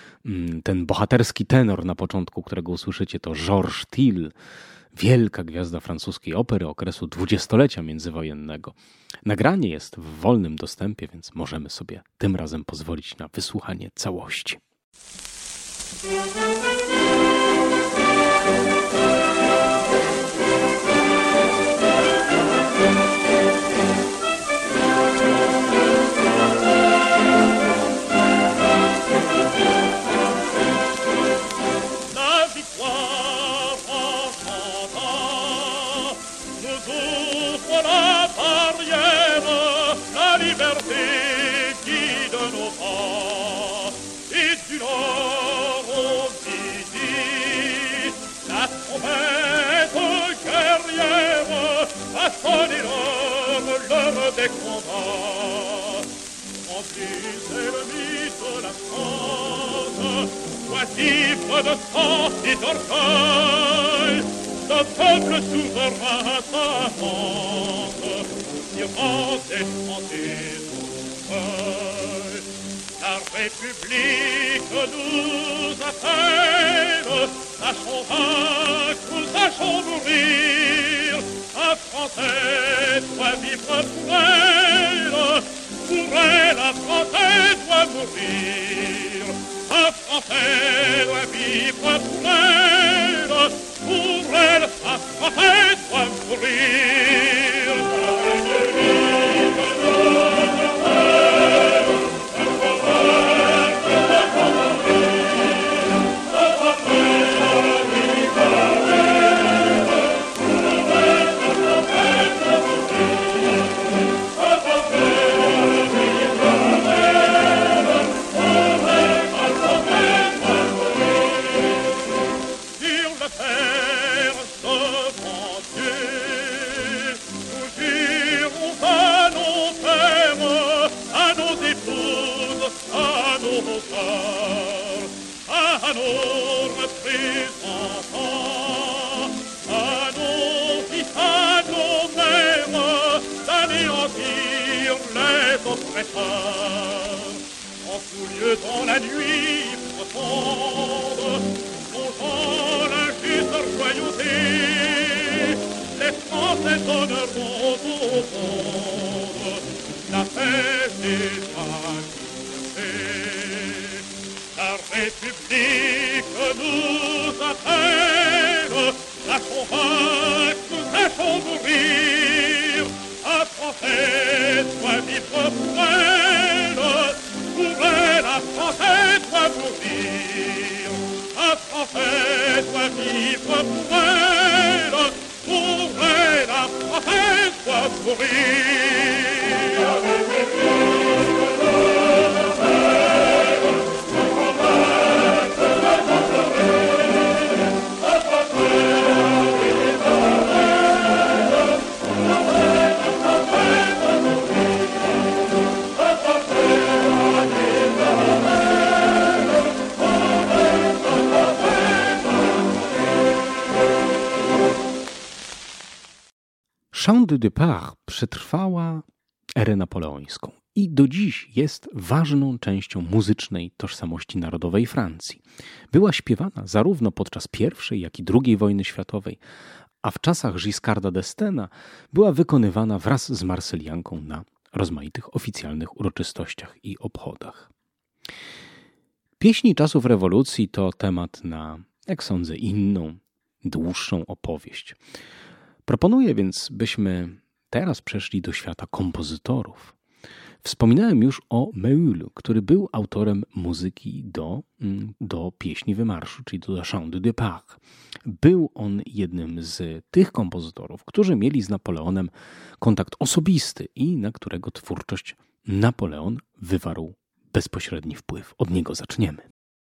Ten bohaterski tenor na początku, którego usłyszycie, to Georges Thiel, wielka gwiazda francuskiej opery okresu dwudziestolecia międzywojennego. Nagranie jest w wolnym dostępie, więc możemy sobie tym razem pozwolić na wysłuchanie całości. Des combats, remplissez le mythe de la France, soit ivre de sang et d'orgueil, le peuple souverain s'avance, durant des Français au feuille. La République nous appelle, sachons vaincre, sachons mourir. Un Français doit vivre pour elle, pour elle un Français doit mourir. Un Français doit vivre pour elle, pour elle un Français doit mourir. À nos représentants, à nos fils, à nos mères, d'anéantir les oppresseurs. En tout lieu dans la nuit profonde, plongeant l'injuste royauté, les Français donneront au monde la paix. La République nous appelle, la convaincre, nous sachons mourir. Un Français doit vivre pour elle, pour elle, un Français doit mourir. Un Français doit vivre pour elle, pour elle, un Français doit mourir. La République nous appelle, la convaincre, nous sachons mourir. Un Français doit vivre pour elle, pour elle, un Français doit mourir. Un Français doit vivre pour elle, pour elle, un Français doit mourir. Chant de départ przetrwała erę napoleońską i do dziś jest ważną częścią muzycznej tożsamości narodowej Francji. Była śpiewana zarówno podczas pierwszej, jak i drugiej wojny światowej, a w czasach Giscarda d'Estaing'a była wykonywana wraz z Marsylianką na rozmaitych oficjalnych uroczystościach i obchodach. Pieśni czasów rewolucji to temat na, jak sądzę, inną, dłuższą opowieść. Proponuję więc, byśmy teraz przeszli do świata kompozytorów. Wspominałem już o Méhul, który był autorem muzyki do, do pieśni wymarszu, czyli do Chant de départ. Był on jednym z tych kompozytorów, którzy mieli z Napoleonem kontakt osobisty i na którego twórczość Napoleon wywarł bezpośredni wpływ. Od niego zaczniemy.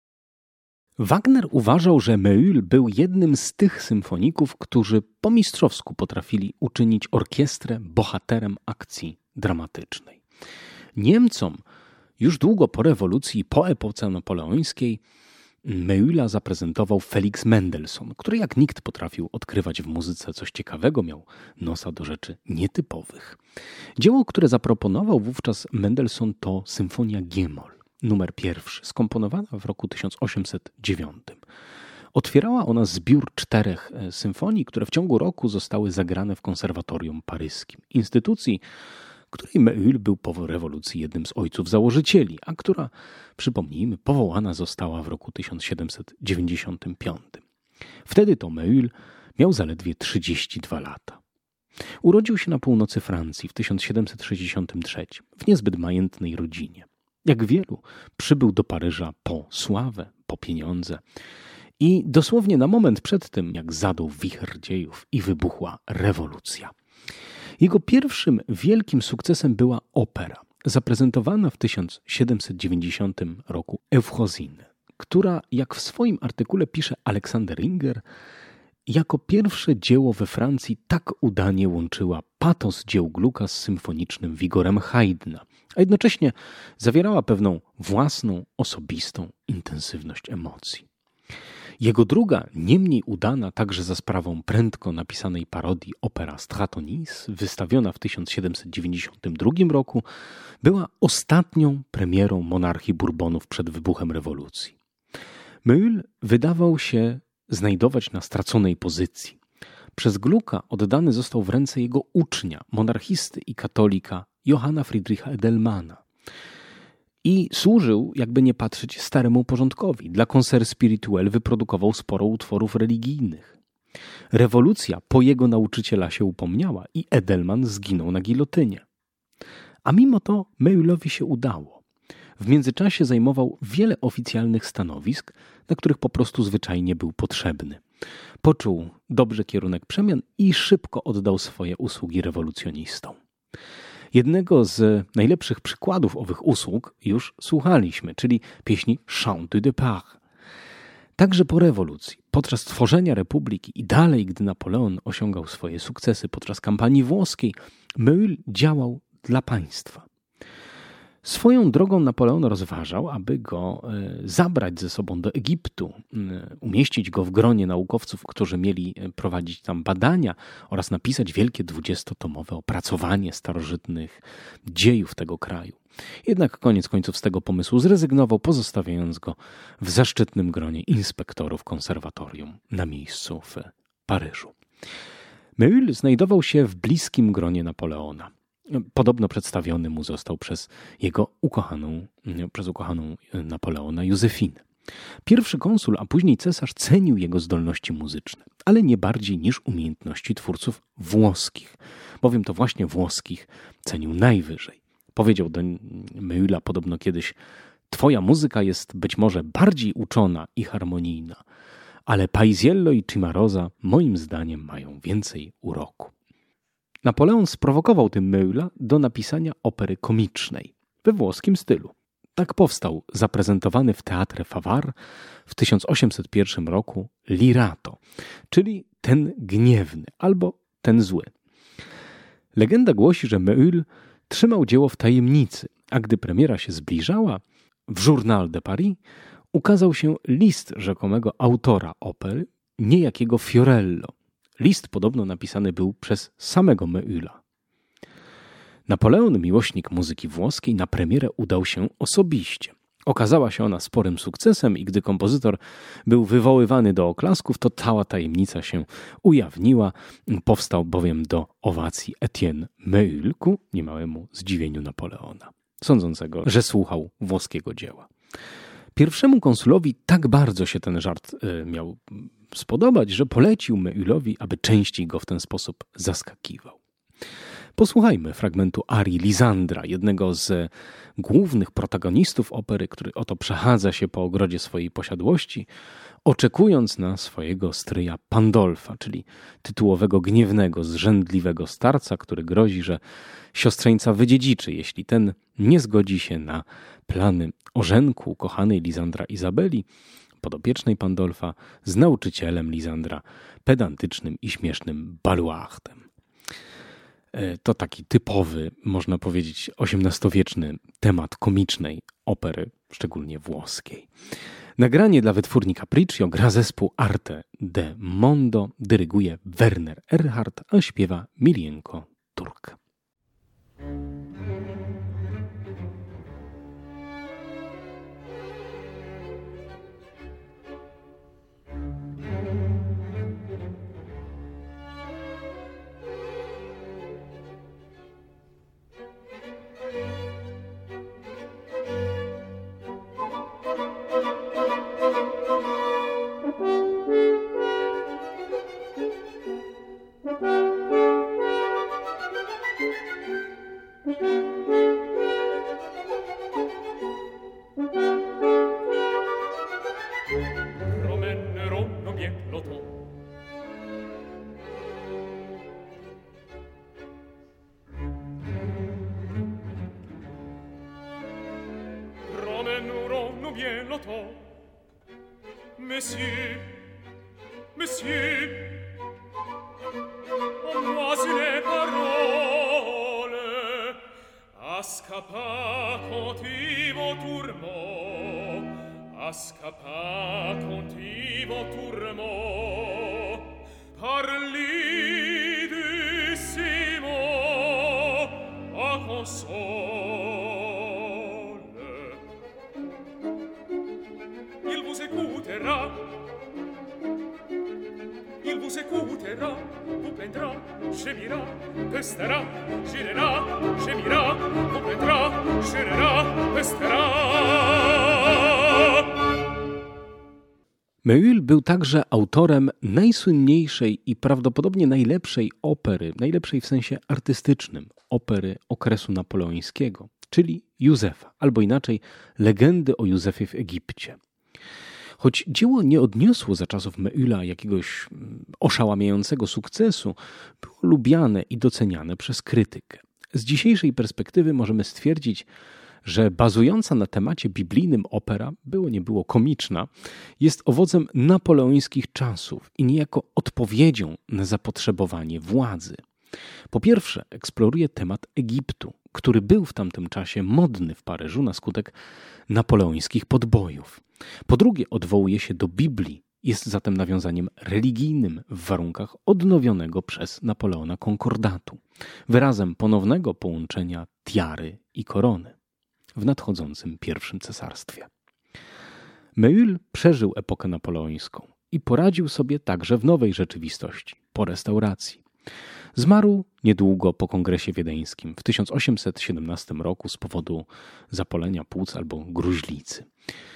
Wagner uważał, że Méhul był jednym z tych symfoników, którzy po mistrzowsku potrafili uczynić orkiestrę bohaterem akcji dramatycznej. Niemcom już długo po rewolucji i po epoce napoleońskiej Méhula zaprezentował Felix Mendelssohn, który jak nikt potrafił odkrywać w muzyce coś ciekawego, miał nosa do rzeczy nietypowych. Dzieło, które zaproponował wówczas Mendelssohn, to Symfonia G-moll, numer pierwszy, skomponowana w roku tysiąc osiemset dziewiątym. Otwierała ona zbiór czterech symfonii, które w ciągu roku zostały zagrane w konserwatorium paryskim, instytucji, której Méhul był po rewolucji jednym z ojców założycieli, a która, przypomnijmy, powołana została w roku tysiąc siedemset dziewięćdziesiątym piątym. Wtedy to Méhul miał zaledwie trzydzieści dwa lata. Urodził się na północy Francji w tysiąc siedemset sześćdziesiątym trzecim w niezbyt majętnej rodzinie. Jak wielu, przybył do Paryża po sławę, po pieniądze i dosłownie na moment przed tym, jak zadął wicher dziejów i wybuchła rewolucja. Jego pierwszym wielkim sukcesem była opera, zaprezentowana w tysiąc siedemset dziewięćdziesiątym roku Eufrosine, która, jak w swoim artykule pisze Alexander Ringer, jako pierwsze dzieło we Francji tak udanie łączyła patos dzieł Glucka z symfonicznym wigorem Haydna, a jednocześnie zawierała pewną własną, osobistą intensywność emocji. Jego druga, nie mniej udana, także za sprawą prędko napisanej parodii opera Stratonis, wystawiona w tysiąc siedemset dziewięćdziesiątym drugim roku, była ostatnią premierą monarchii Bourbonów przed wybuchem rewolucji. Méhul wydawał się znajdować na straconej pozycji. Przez Glucka oddany został w ręce jego ucznia, monarchisty i katolika Johanna Friedricha Edelmana. I służył, jakby nie patrzeć, staremu porządkowi. Dla Concert Spirituel wyprodukował sporo utworów religijnych. Rewolucja po jego nauczyciela się upomniała i Edelman zginął na gilotynie. A mimo to Méhulowi się udało. W międzyczasie zajmował wiele oficjalnych stanowisk, na których po prostu zwyczajnie był potrzebny. Poczuł dobrze kierunek przemian i szybko oddał swoje usługi rewolucjonistom. Jednego z najlepszych przykładów owych usług już słuchaliśmy, czyli pieśni Chant de départ. Także po rewolucji, podczas tworzenia republiki i dalej, gdy Napoleon osiągał swoje sukcesy podczas kampanii włoskiej, Méhul działał dla państwa. Swoją drogą Napoleon rozważał, aby go zabrać ze sobą do Egiptu, umieścić go w gronie naukowców, którzy mieli prowadzić tam badania oraz napisać wielkie dwudziestotomowe opracowanie starożytnych dziejów tego kraju. Jednak koniec końców z tego pomysłu zrezygnował, pozostawiając go w zaszczytnym gronie inspektorów konserwatorium na miejscu w Paryżu. Méhul znajdował się w bliskim gronie Napoleona. Podobno przedstawiony mu został przez jego ukochaną, przez ukochaną Napoleona Józefinę. Pierwszy konsul, a później cesarz cenił jego zdolności muzyczne, ale nie bardziej niż umiejętności twórców włoskich, bowiem to właśnie włoskich cenił najwyżej. Powiedział do Meülla podobno kiedyś: twoja muzyka jest być może bardziej uczona i harmonijna, ale Paisiello i Cimarosa moim zdaniem mają więcej uroku. Napoleon sprowokował tym Meülla do napisania opery komicznej we włoskim stylu. Tak powstał zaprezentowany w Teatre Favart w tysiąc osiemset pierwszym roku Lirato, czyli ten gniewny albo ten zły. Legenda głosi, że Meüll trzymał dzieło w tajemnicy, a gdy premiera się zbliżała, w Journal de Paris ukazał się list rzekomego autora opery, niejakiego Fiorello. List podobno napisany był przez samego Meülla. Napoleon, miłośnik muzyki włoskiej, na premierę udał się osobiście. Okazała się ona sporym sukcesem i gdy kompozytor był wywoływany do oklasków, to cała tajemnica się ujawniła. Powstał bowiem do owacji Etienne Meüll ku niemałemu zdziwieniu Napoleona, sądzącego, że słuchał włoskiego dzieła. Pierwszemu konsulowi tak bardzo się ten żart y, miał spodobać, że polecił Meüllowi, aby częściej go w ten sposób zaskakiwał. Posłuchajmy fragmentu arii Lisandra, jednego z głównych protagonistów opery, który oto przechadza się po ogrodzie swojej posiadłości, oczekując na swojego stryja Pandolfa, czyli tytułowego gniewnego, zrzędliwego starca, który grozi, że siostrzeńca wydziedziczy, jeśli ten nie zgodzi się na plany ożenku kochanej Lisandra Izabeli, podopiecznej Pandolfa, z nauczycielem Lisandra, pedantycznym i śmiesznym Baluachtem. To taki typowy, można powiedzieć, osiemnastowieczny temat komicznej opery, szczególnie włoskiej. Nagranie dla wytwórni Capriccio gra zespół Arte de Mondo, dyryguje Werner Erhardt, a śpiewa Milienko Turk. Monsieur, monsieur, en moi une parole, a scappa contivo tourment, a scappa contivo tourment, parli doucement, a console. Il vous écoutera, il vous écoutera, vous plaindra, gémira, pestera, girera, gémira, vous plaindra, girera, pestera. Meüll był także autorem najsłynniejszej i prawdopodobnie najlepszej opery, najlepszej w sensie artystycznym, opery okresu napoleońskiego, czyli Józefa, albo inaczej Legendy o Józefie w Egipcie. Choć dzieło nie odniosło za czasów Meülla jakiegoś oszałamiającego sukcesu, było lubiane i doceniane przez krytykę. Z dzisiejszej perspektywy możemy stwierdzić, że bazująca na temacie biblijnym opera, było nie było komiczna, jest owocem napoleońskich czasów i niejako odpowiedzią na zapotrzebowanie władzy. Po pierwsze, eksploruje temat Egiptu, który był w tamtym czasie modny w Paryżu na skutek napoleońskich podbojów. Po drugie, odwołuje się do Biblii, jest zatem nawiązaniem religijnym w warunkach odnowionego przez Napoleona konkordatu, wyrazem ponownego połączenia tiary i korony w nadchodzącym pierwszym cesarstwie. Meüll przeżył epokę napoleońską i poradził sobie także w nowej rzeczywistości, po restauracji. Zmarł niedługo po kongresie wiedeńskim w tysiąc osiemset siedemnastym roku z powodu zapalenia płuc albo gruźlicy.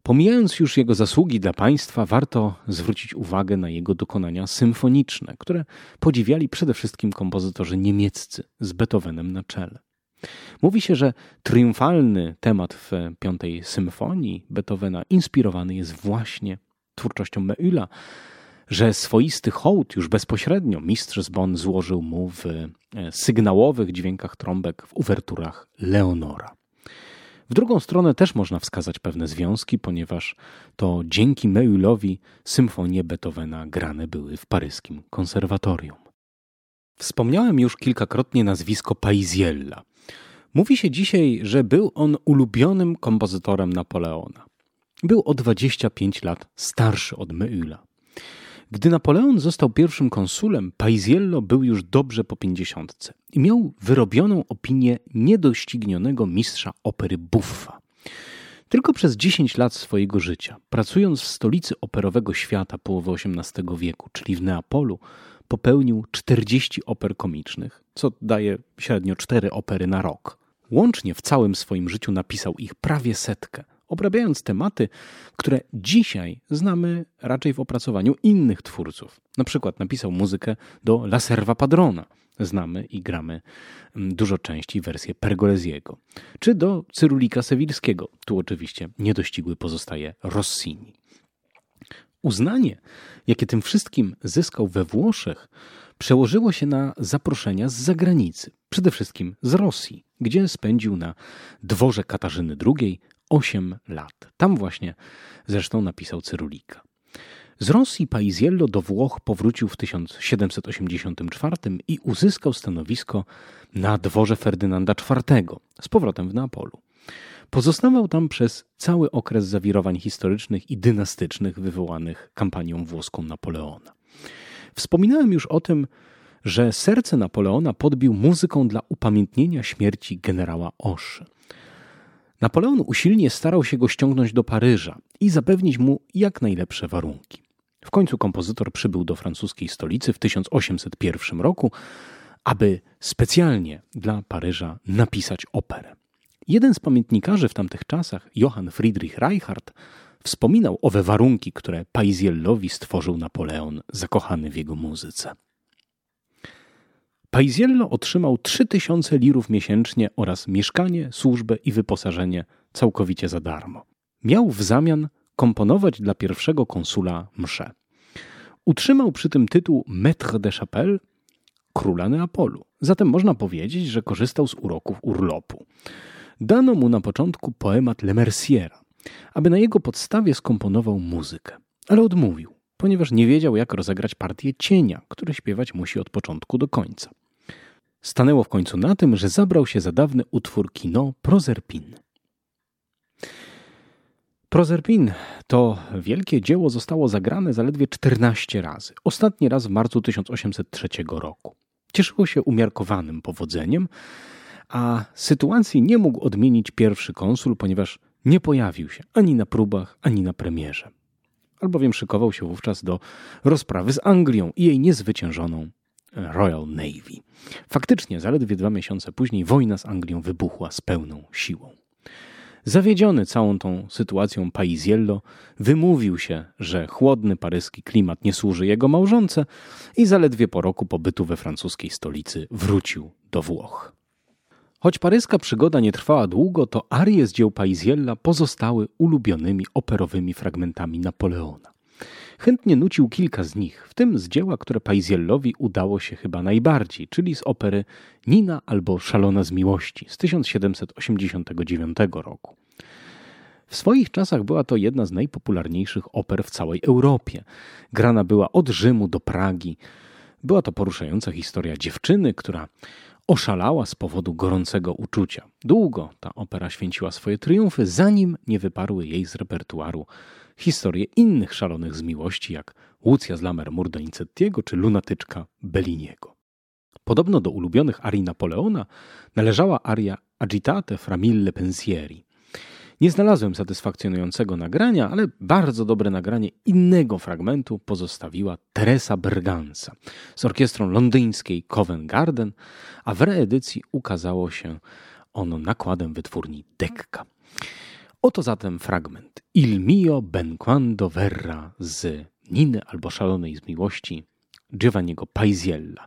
Pomijając już jego zasługi dla państwa, warto zwrócić uwagę na jego dokonania symfoniczne, które podziwiali przede wszystkim kompozytorzy niemieccy z Beethovenem na czele. Mówi się, że triumfalny temat w piątej symfonii Beethovena inspirowany jest właśnie twórczością Méhula, że swoisty hołd już bezpośrednio mistrz z Bonn złożył mu w sygnałowych dźwiękach trąbek w uwerturach Leonora. W drugą stronę też można wskazać pewne związki, ponieważ to dzięki Méhulowi symfonie Beethovena grane były w paryskim konserwatorium. Wspomniałem już kilkakrotnie nazwisko Paisiella. Mówi się dzisiaj, że był on ulubionym kompozytorem Napoleona. Był o dwadzieścia pięć lat starszy od Méhula. Gdy Napoleon został pierwszym konsulem, Paisiello był już dobrze po pięćdziesiątce i miał wyrobioną opinię niedoścignionego mistrza opery buffa. Tylko przez dziesięć lat swojego życia, pracując w stolicy operowego świata połowy osiemnastego wieku, czyli w Neapolu, popełnił czterdzieści oper komicznych, co daje średnio cztery opery na rok. Łącznie w całym swoim życiu napisał ich prawie setkę, obrabiając tematy, które dzisiaj znamy raczej w opracowaniu innych twórców. Na przykład napisał muzykę do La Serva Padrona. Znamy i gramy dużo częściej wersję Pergolesiego. Czy do Cyrulika Sewilskiego. Tu oczywiście niedościgły pozostaje Rossini. Uznanie, jakie tym wszystkim zyskał we Włoszech, przełożyło się na zaproszenia z zagranicy. Przede wszystkim z Rosji, gdzie spędził na dworze Katarzyny drugiej osiem lat. Tam właśnie zresztą napisał Cyrulika. Z Rosji Paisiello do Włoch powrócił w tysiąc siedemset osiemdziesiątym czwartym i uzyskał stanowisko na dworze Ferdynanda czwartego, z powrotem w Neapolu. Pozostawał tam przez cały okres zawirowań historycznych i dynastycznych wywołanych kampanią włoską Napoleona. Wspominałem już o tym, że serce Napoleona podbił muzyką dla upamiętnienia śmierci generała Oszy. Napoleon usilnie starał się go ściągnąć do Paryża i zapewnić mu jak najlepsze warunki. W końcu kompozytor przybył do francuskiej stolicy w tysiąc osiemset pierwszym roku, aby specjalnie dla Paryża napisać operę. Jeden z pamiętnikarzy w tamtych czasach, Johann Friedrich Reichardt, wspominał owe warunki, które Paisiellowi stworzył Napoleon, zakochany w jego muzyce. Paisiello otrzymał trzy tysiące lirów miesięcznie oraz mieszkanie, służbę i wyposażenie całkowicie za darmo. Miał w zamian komponować dla pierwszego konsula msze. Utrzymał przy tym tytuł Maître de Chapelle, króla Neapolu. Zatem można powiedzieć, że korzystał z uroków urlopu. Dano mu na początku poemat Le Merciera, aby na jego podstawie skomponował muzykę. Ale odmówił, ponieważ nie wiedział, jak rozegrać partię cienia, który śpiewać musi od początku do końca. Stanęło w końcu na tym, że zabrał się za dawny utwór Quinault Proserpine. Proserpine to wielkie dzieło zostało zagrane zaledwie czternaście razy. Ostatni raz w marcu tysiąc osiemset trzeciego roku. Cieszyło się umiarkowanym powodzeniem, a sytuacji nie mógł odmienić pierwszy konsul, ponieważ nie pojawił się ani na próbach, ani na premierze. Albowiem szykował się wówczas do rozprawy z Anglią i jej niezwyciężoną Royal Navy. Faktycznie zaledwie dwa miesiące później wojna z Anglią wybuchła z pełną siłą. Zawiedziony całą tą sytuacją Paisiello wymówił się, że chłodny paryski klimat nie służy jego małżonce i zaledwie po roku pobytu we francuskiej stolicy wrócił do Włoch. Choć paryska przygoda nie trwała długo, to arie z dzieł Paisiella pozostały ulubionymi operowymi fragmentami Napoleona. Chętnie nucił kilka z nich, w tym z dzieła, które Paisiellowi udało się chyba najbardziej, czyli z opery Nina albo Szalona z miłości z tysiąc siedemset osiemdziesiątego dziewiątego roku. W swoich czasach była to jedna z najpopularniejszych oper w całej Europie. Grana była od Rzymu do Pragi. Była to poruszająca historia dziewczyny, która oszalała z powodu gorącego uczucia. Długo ta opera święciła swoje triumfy, zanim nie wyparły jej z repertuaru historie innych szalonych z miłości, jak Łucja z Lammermoor Donizettiego czy Lunatyczka Belliniego. Podobno do ulubionych arii Napoleona należała aria Agitate fra mille pensieri. Nie znalazłem satysfakcjonującego nagrania, ale bardzo dobre nagranie innego fragmentu pozostawiła Teresa Berganza z orkiestrą londyńskiej Covent Garden, a w reedycji ukazało się ono nakładem wytwórni Decca. Oto zatem fragment Il mio ben quando verrà z Niny albo Szalonej z miłości Giovanniego Paisiella.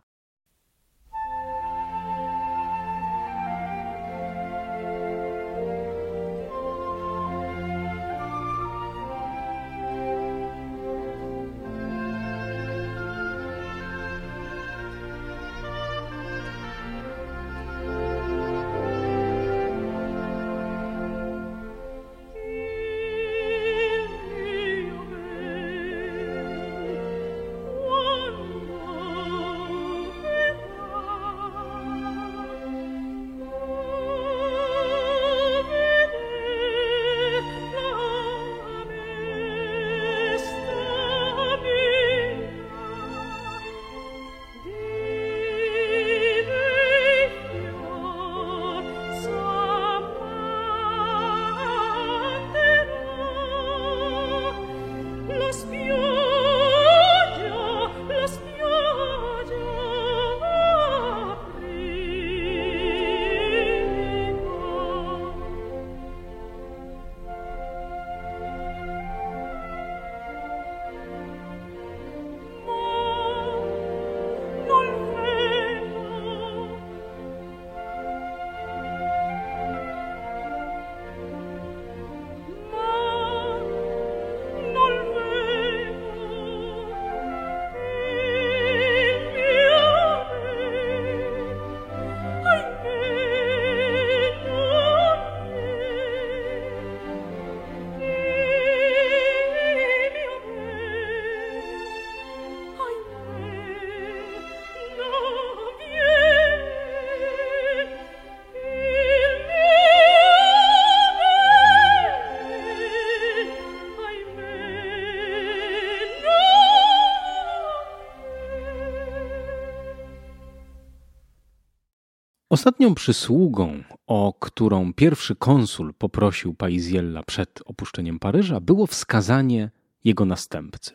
Ostatnią przysługą, o którą pierwszy konsul poprosił Paisiella przed opuszczeniem Paryża, było wskazanie jego następcy.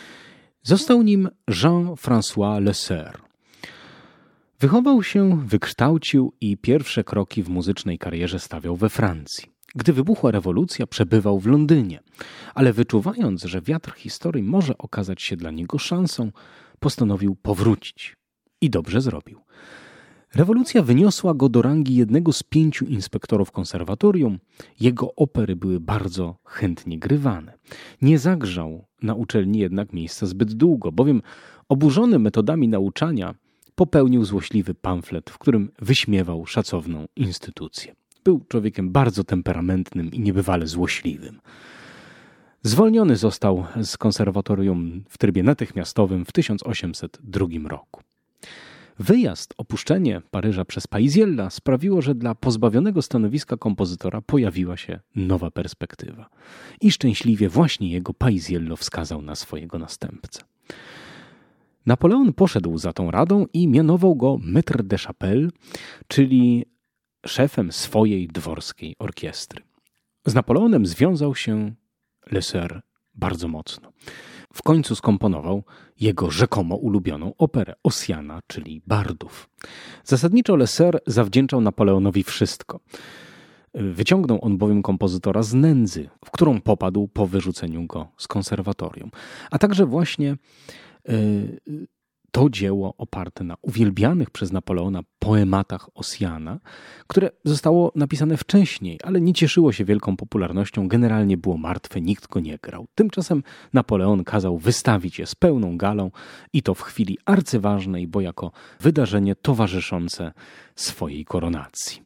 Został nim Jean-François Le Sœur. Wychował się, wykształcił i pierwsze kroki w muzycznej karierze stawiał we Francji. Gdy wybuchła rewolucja, przebywał w Londynie, ale wyczuwając, że wiatr historii może okazać się dla niego szansą, postanowił powrócić. I dobrze zrobił. Rewolucja wyniosła go do rangi jednego z pięciu inspektorów konserwatorium. Jego opery były bardzo chętnie grywane. Nie zagrzał na uczelni jednak miejsca zbyt długo, bowiem oburzony metodami nauczania popełnił złośliwy pamflet, w którym wyśmiewał szacowną instytucję. Był człowiekiem bardzo temperamentnym i niebywale złośliwym. Zwolniony został z konserwatorium w trybie natychmiastowym w tysiąc osiemset drugim roku. Wyjazd, opuszczenie Paryża przez Paisiella sprawiło, że dla pozbawionego stanowiska kompozytora pojawiła się nowa perspektywa. I szczęśliwie właśnie jego Paisiello wskazał na swojego następcę. Napoleon poszedł za tą radą i mianował go maître de chapelle, czyli szefem swojej dworskiej orkiestry. Z Napoleonem związał się Le Sœur bardzo mocno. W końcu skomponował jego rzekomo ulubioną operę Ossiana, czyli Bardów. Zasadniczo Le Sœur zawdzięczał Napoleonowi wszystko. Wyciągnął on bowiem kompozytora z nędzy, w którą popadł po wyrzuceniu go z konserwatorium. A także właśnie yy, to dzieło oparte na uwielbianych przez Napoleona poematach Ossiana, które zostało napisane wcześniej, ale nie cieszyło się wielką popularnością, generalnie było martwe, nikt go nie grał. Tymczasem Napoleon kazał wystawić je z pełną galą i to w chwili arcyważnej, bo jako wydarzenie towarzyszące swojej koronacji.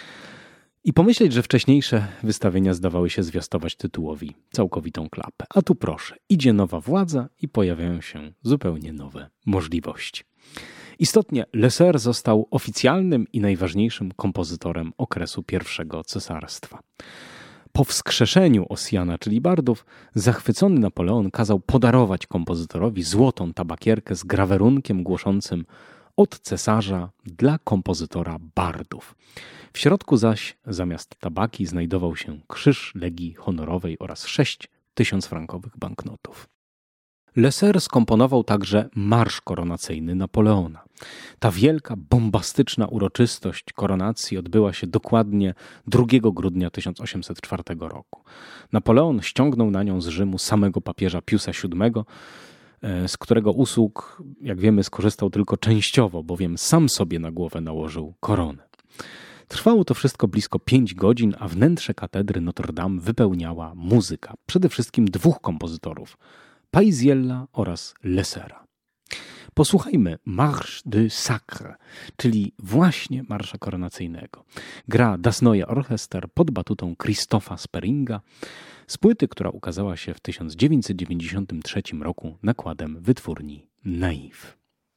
I pomyśleć, że wcześniejsze wystawienia zdawały się zwiastować tytułowi całkowitą klapę. A tu proszę, idzie nowa władza i pojawiają się zupełnie nowe możliwości. Istotnie Le Sœur został oficjalnym i najważniejszym kompozytorem okresu pierwszego cesarstwa. Po wskrzeszeniu Ossiana, czyli Bardów, zachwycony Napoleon kazał podarować kompozytorowi złotą tabakierkę z grawerunkiem głoszącym od cesarza dla kompozytora Bardów. W środku zaś zamiast tabaki znajdował się krzyż Legii Honorowej oraz sześć tysiącfrankowych banknotów. Lesser skomponował także marsz koronacyjny Napoleona. Ta wielka, bombastyczna uroczystość koronacji odbyła się dokładnie drugiego grudnia tysiąc osiemset czwartego roku. Napoleon ściągnął na nią z Rzymu samego papieża Piusa siódmego, z którego usług, jak wiemy, skorzystał tylko częściowo, bowiem sam sobie na głowę nałożył koronę. Trwało to wszystko blisko pięć godzin, a wnętrze katedry Notre Dame wypełniała muzyka, przede wszystkim dwóch kompozytorów, Paisiella oraz Lessera. Posłuchajmy Marche de Sacre, czyli właśnie marsza koronacyjnego. Gra Das Neue Orchester pod batutą Christopha Speringa z płyty, która ukazała się w tysiąc dziewięćset dziewięćdziesiątym trzecim roku nakładem wytwórni Naiv.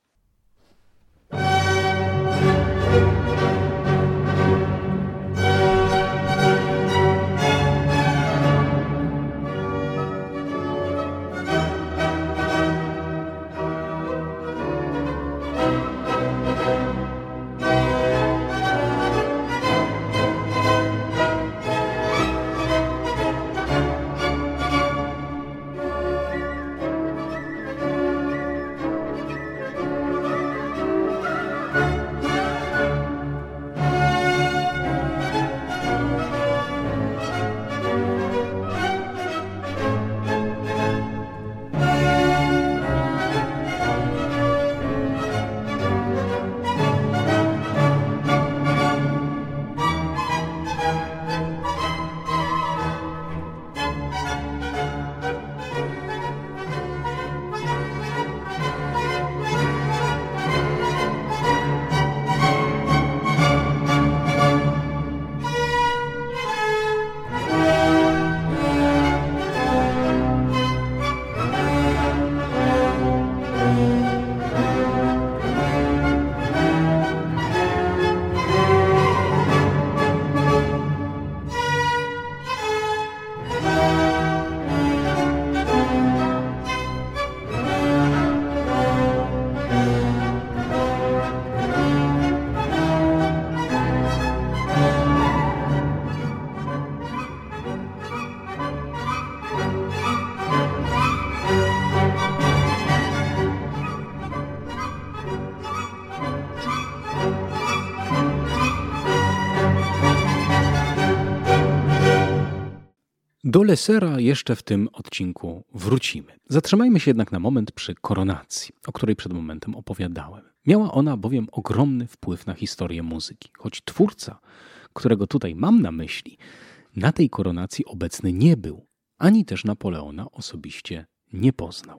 Do Lessera jeszcze w tym odcinku wrócimy. Zatrzymajmy się jednak na moment przy koronacji, o której przed momentem opowiadałem. Miała ona bowiem ogromny wpływ na historię muzyki, choć twórca, którego tutaj mam na myśli, na tej koronacji obecny nie był, ani też Napoleona osobiście nie poznał.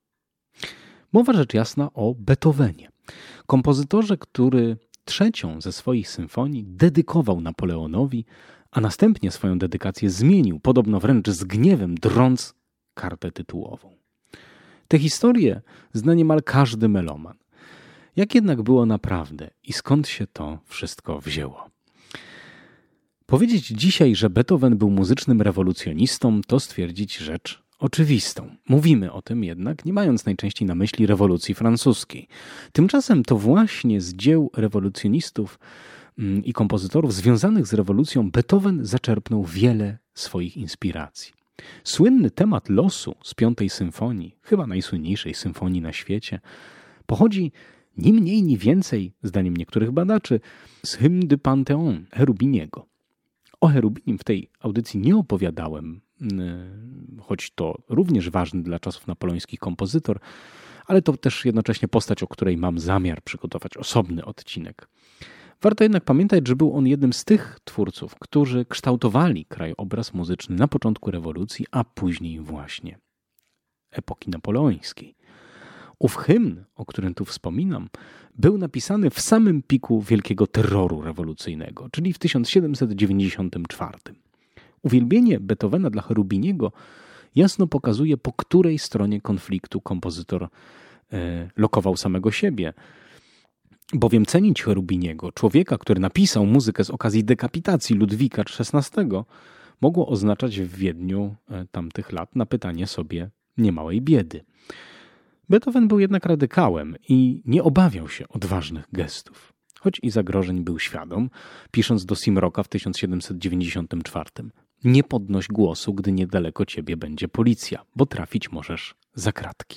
Mowa rzecz jasna o Beethovenie, kompozytorze, który trzecią ze swoich symfonii dedykował Napoleonowi, a następnie swoją dedykację zmienił, podobno wręcz z gniewem drąc kartę tytułową. Tę historię zna niemal każdy meloman. Jak jednak było naprawdę i skąd się to wszystko wzięło? Powiedzieć dzisiaj, że Beethoven był muzycznym rewolucjonistą, to stwierdzić rzecz oczywistą. Mówimy o tym jednak, nie mając najczęściej na myśli rewolucji francuskiej. Tymczasem to właśnie z dzieł rewolucjonistów i kompozytorów związanych z rewolucją Beethoven zaczerpnął wiele swoich inspiracji. Słynny temat losu z piątej symfonii, chyba najsłynniejszej symfonii na świecie, pochodzi ni mniej, ni więcej, zdaniem niektórych badaczy, z Hymne du Panthéon Cherubiniego. O Cherubinim w tej audycji nie opowiadałem, choć to również ważny dla czasów napoleońskich kompozytor, ale to też jednocześnie postać, o której mam zamiar przygotować osobny odcinek. Warto jednak pamiętać, że był on jednym z tych twórców, którzy kształtowali krajobraz muzyczny na początku rewolucji, a później właśnie epoki napoleońskiej. Ów hymn, o którym tu wspominam, był napisany w samym piku wielkiego terroru rewolucyjnego, czyli w tysiąc siedemset dziewięćdziesiątym czwartym. Uwielbienie Beethovena dla Cherubiniego jasno pokazuje, po której stronie konfliktu kompozytor e, lokował samego siebie. Bowiem cenić Cherubiniego, człowieka, który napisał muzykę z okazji dekapitacji Ludwika szesnastego, mogło oznaczać w Wiedniu tamtych lat napytanie sobie niemałej biedy. Beethoven był jednak radykałem i nie obawiał się odważnych gestów. Choć i zagrożeń był świadom, pisząc do Simroka w tysiąc siedemset dziewięćdziesiątym czwartym. Nie podnoś głosu, gdy niedaleko ciebie będzie policja, bo trafić możesz za kratki.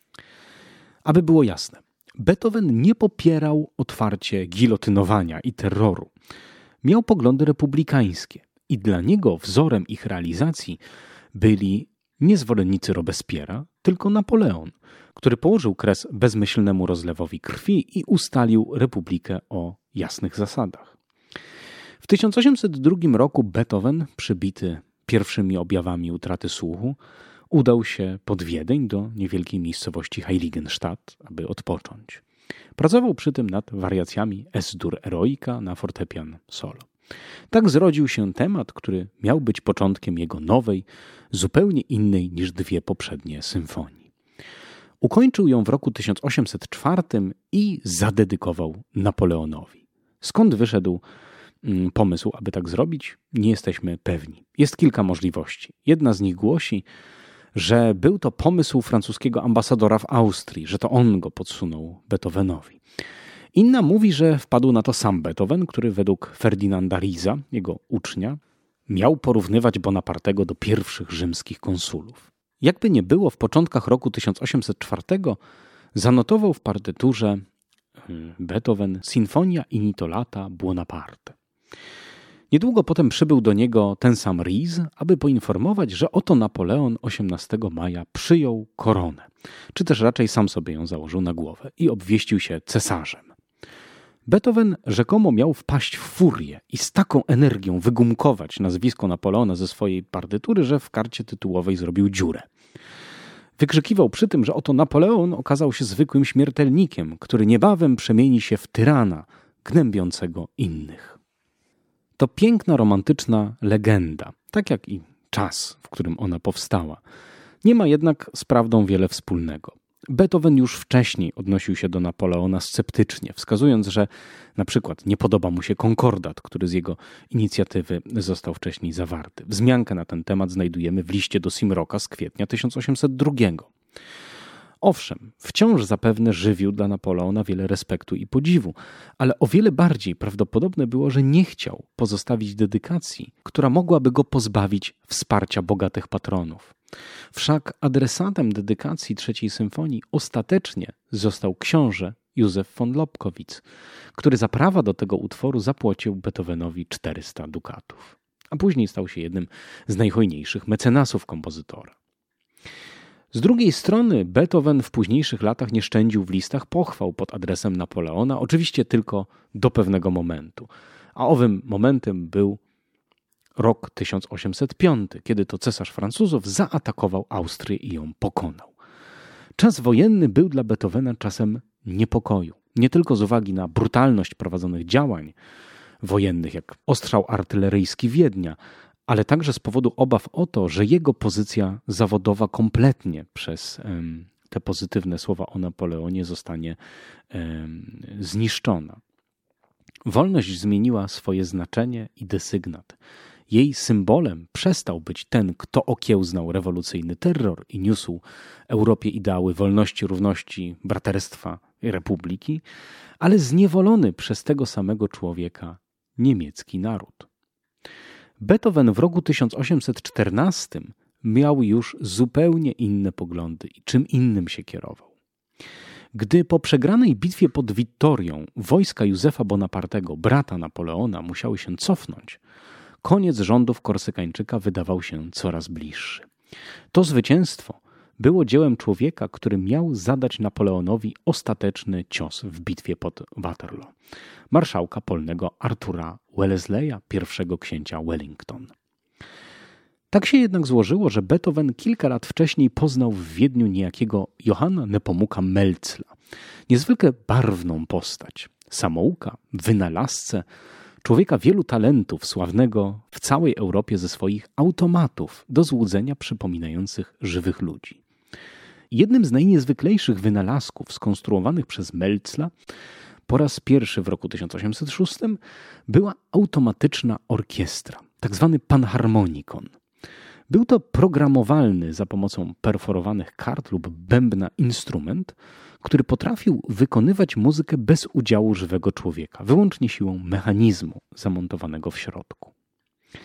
Aby było jasne, Beethoven nie popierał otwarcie gilotynowania i terroru. Miał poglądy republikańskie i dla niego wzorem ich realizacji byli nie zwolennicy Robespiera, tylko Napoleon, który położył kres bezmyślnemu rozlewowi krwi i ustalił republikę o jasnych zasadach. W tysiąc osiemset drugim roku Beethoven, przybity pierwszymi objawami utraty słuchu, udał się pod Wiedeń do niewielkiej miejscowości Heiligenstadt, aby odpocząć. Pracował przy tym nad wariacjami Es-dur Eroica na fortepian solo. Tak zrodził się temat, który miał być początkiem jego nowej, zupełnie innej niż dwie poprzednie symfonii. Ukończył ją w roku tysiąc osiemset czwartym i zadedykował Napoleonowi. Skąd wyszedł pomysł, aby tak zrobić? Nie jesteśmy pewni. Jest kilka możliwości. Jedna z nich głosi, że był to pomysł francuskiego ambasadora w Austrii, że to on go podsunął Beethovenowi. Inna mówi, że wpadł na to sam Beethoven, który według Ferdynanda Riza, jego ucznia, miał porównywać Bonapartego do pierwszych rzymskich konsulów. Jakby nie było, w początkach roku tysiąc osiemset czwartego zanotował w partyturze Beethoven Sinfonia initolata Buonaparte. Niedługo potem przybył do niego ten sam Ries, aby poinformować, że oto Napoleon osiemnastego maja przyjął koronę, czy też raczej sam sobie ją założył na głowę i obwieścił się cesarzem. Beethoven rzekomo miał wpaść w furię i z taką energią wygumkować nazwisko Napoleona ze swojej partytury, że w karcie tytułowej zrobił dziurę. Wykrzykiwał przy tym, że oto Napoleon okazał się zwykłym śmiertelnikiem, który niebawem przemieni się w tyrana, gnębiącego innych. To piękna, romantyczna legenda, tak jak i czas, w którym ona powstała. Nie ma jednak z prawdą wiele wspólnego. Beethoven już wcześniej odnosił się do Napoleona sceptycznie, wskazując, że na przykład nie podoba mu się konkordat, który z jego inicjatywy został wcześniej zawarty. Wzmiankę na ten temat znajdujemy w liście do Simroka z kwietnia tysiąc osiemset drugiego. Owszem, wciąż zapewne żywił dla Napoleona wiele respektu i podziwu, ale o wiele bardziej prawdopodobne było, że nie chciał pozostawić dedykacji, która mogłaby go pozbawić wsparcia bogatych patronów. Wszak adresatem dedykacji trzeciej symfonii ostatecznie został książę Józef von Lobkowicz, który za prawa do tego utworu zapłacił Beethovenowi czterysta dukatów, a później stał się jednym z najhojniejszych mecenasów kompozytora. Z drugiej strony Beethoven w późniejszych latach nie szczędził w listach pochwał pod adresem Napoleona, oczywiście tylko do pewnego momentu, a owym momentem był rok tysiąc osiemset piąty, kiedy to cesarz Francuzów zaatakował Austrię i ją pokonał. Czas wojenny był dla Beethovena czasem niepokoju. Nie tylko z uwagi na brutalność prowadzonych działań wojennych, jak ostrzał artyleryjski Wiednia, ale także z powodu obaw o to, że jego pozycja zawodowa kompletnie przez um, te pozytywne słowa o Napoleonie zostanie um, zniszczona. Wolność zmieniła swoje znaczenie i desygnat. Jej symbolem przestał być ten, kto okiełznał rewolucyjny terror i niósł Europie ideały wolności, równości, braterstwa i republiki, ale zniewolony przez tego samego człowieka niemiecki naród. Beethoven w roku tysiąc osiemset czternastym miał już zupełnie inne poglądy i czym innym się kierował. Gdy po przegranej bitwie pod Wittorią wojska Józefa Bonapartego, brata Napoleona, musiały się cofnąć, koniec rządów Korsykańczyka wydawał się coraz bliższy. To zwycięstwo było dziełem człowieka, który miał zadać Napoleonowi ostateczny cios w bitwie pod Waterloo, marszałka polnego Artura Wellesleya, pierwszego księcia Wellington. Tak się jednak złożyło, że Beethoven kilka lat wcześniej poznał w Wiedniu niejakiego Johanna Nepomuka Melzla, niezwykle barwną postać, samouka, wynalazcę, człowieka wielu talentów, sławnego w całej Europie ze swoich automatów do złudzenia przypominających żywych ludzi. Jednym z najniezwyklejszych wynalazków skonstruowanych przez Melzla po raz pierwszy w roku tysiąc osiemset szóstym była automatyczna orkiestra, tak zwany panharmonikon. Był to programowalny za pomocą perforowanych kart lub bębna instrument, który potrafił wykonywać muzykę bez udziału żywego człowieka, wyłącznie siłą mechanizmu zamontowanego w środku.